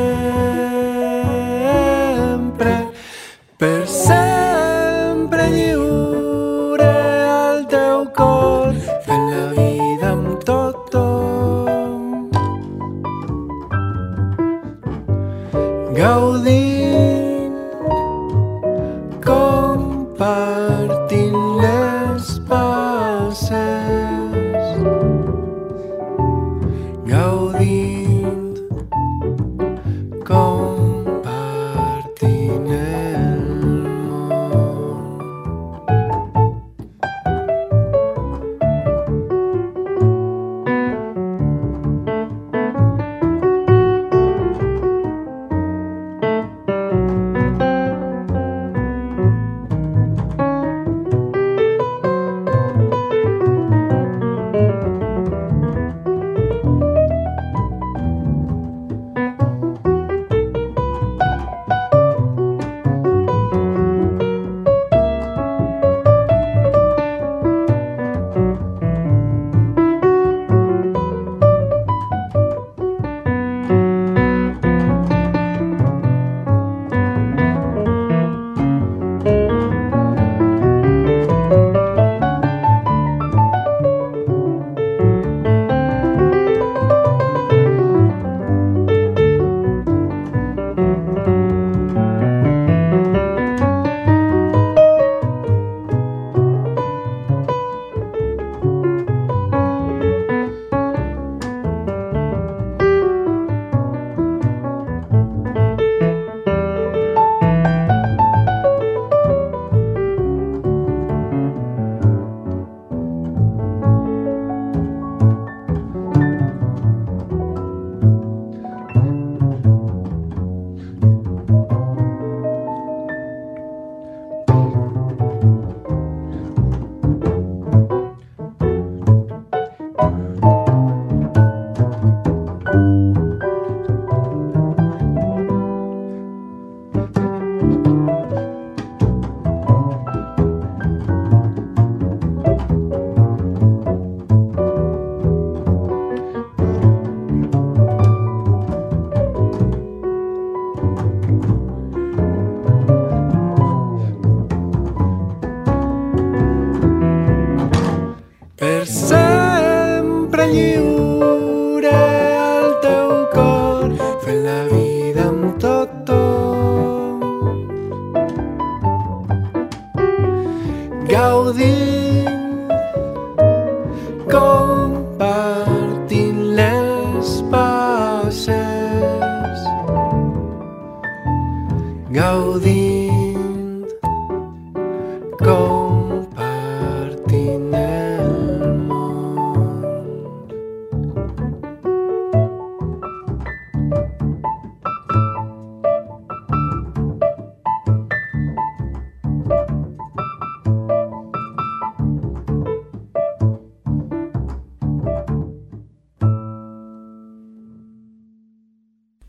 sempre lliure al teu cor, fent la vida amb tothom, gaudint, compartint les passes, gaudint, compartint el món.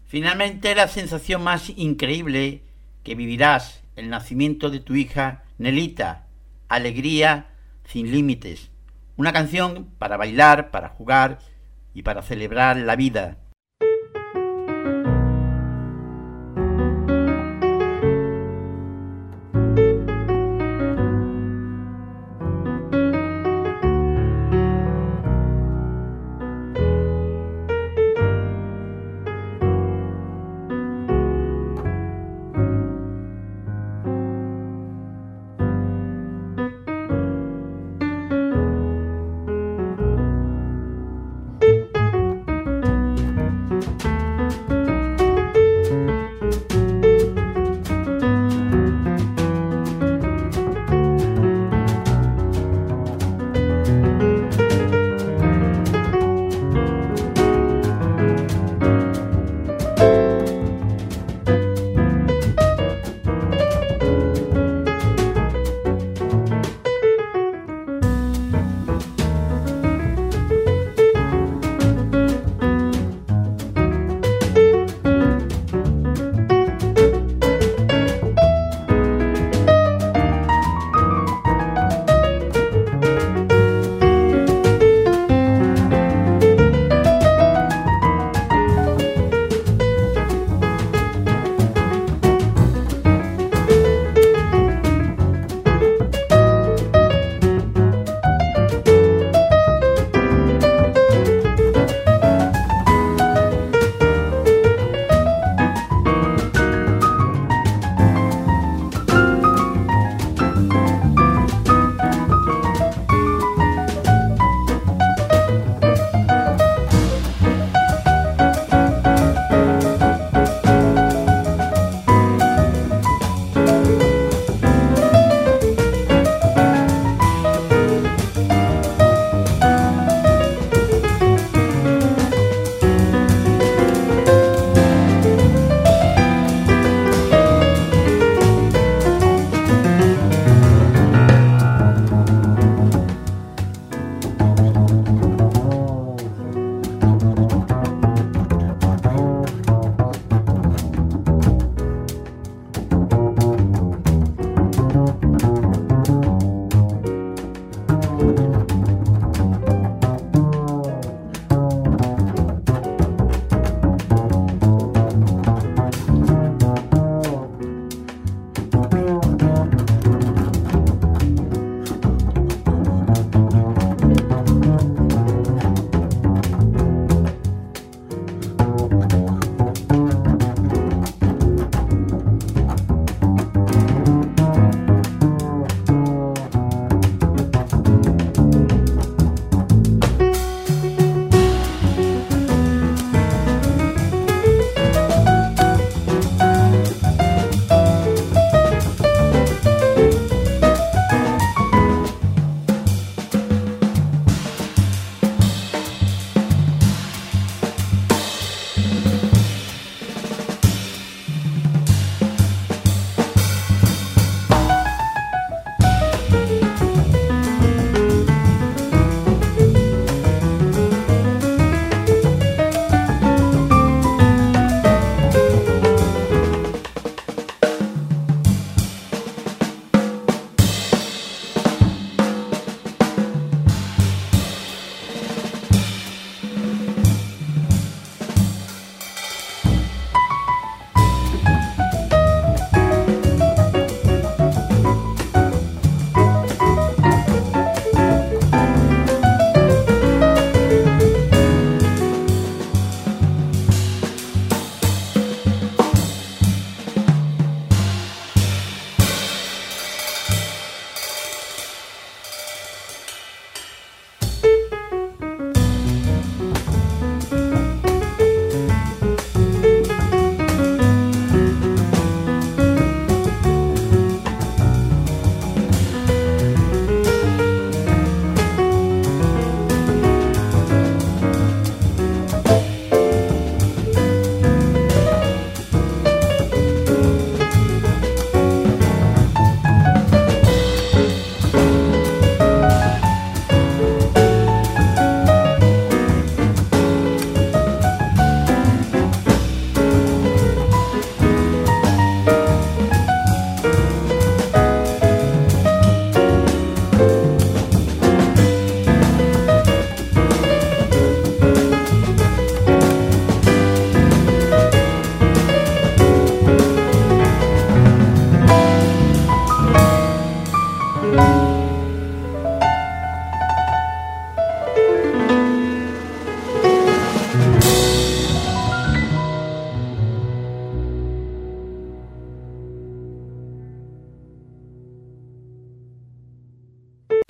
Finalmente, la sensación más increíble que vivirás, el nacimiento de tu hija Nelita, alegría sin límites. Una canción para bailar, para jugar y para celebrar la vida.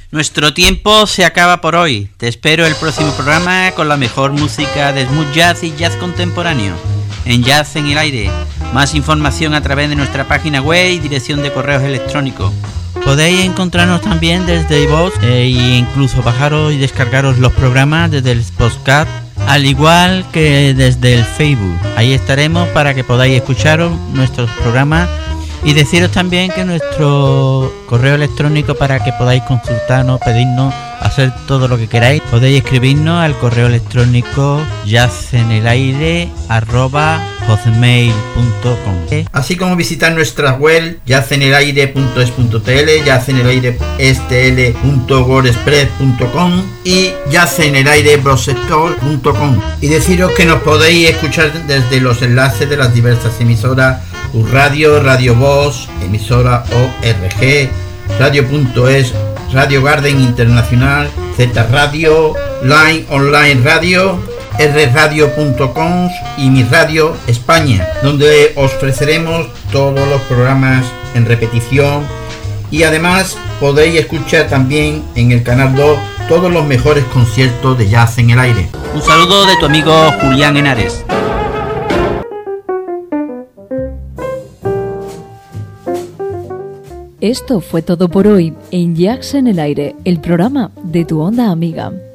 Nuestro tiempo se acaba por hoy. Te espero el próximo programa con la mejor música de smooth jazz y jazz contemporáneo en Jazz en el Aire. Más información a través de nuestra página web y dirección de correos electrónicos. Podéis encontrarnos también desde iVoox e incluso bajaros y descargaros los programas desde el podcast, al igual que desde el Facebook. Ahí estaremos para que podáis escucharos nuestros programas y deciros también que nuestro correo electrónico para que podáis consultarnos, pedirnos, hacer todo lo que queráis. Podéis escribirnos al correo electrónico jazzenelaire@hotmail.com, así como visitar nuestra web jazzenelaire.es.tl, jazzenelaire.wordpress.com y jazzenelaire.blogspot.com, y deciros que nos podéis escuchar desde los enlaces de las diversas emisoras: Radio, Radio Voz, emisora ORG, Radio.es, Radio Garden Internacional, Z Radio, Line Online Radio, rradio.com y Mi Radio España, donde os ofreceremos todos los programas en repetición, y además podéis escuchar también en el canal 2 todos los mejores conciertos de Jazz en el Aire. Un saludo de tu amigo Julián Henares. Esto fue todo por hoy en Jazz en el Aire, el programa de tu onda amiga.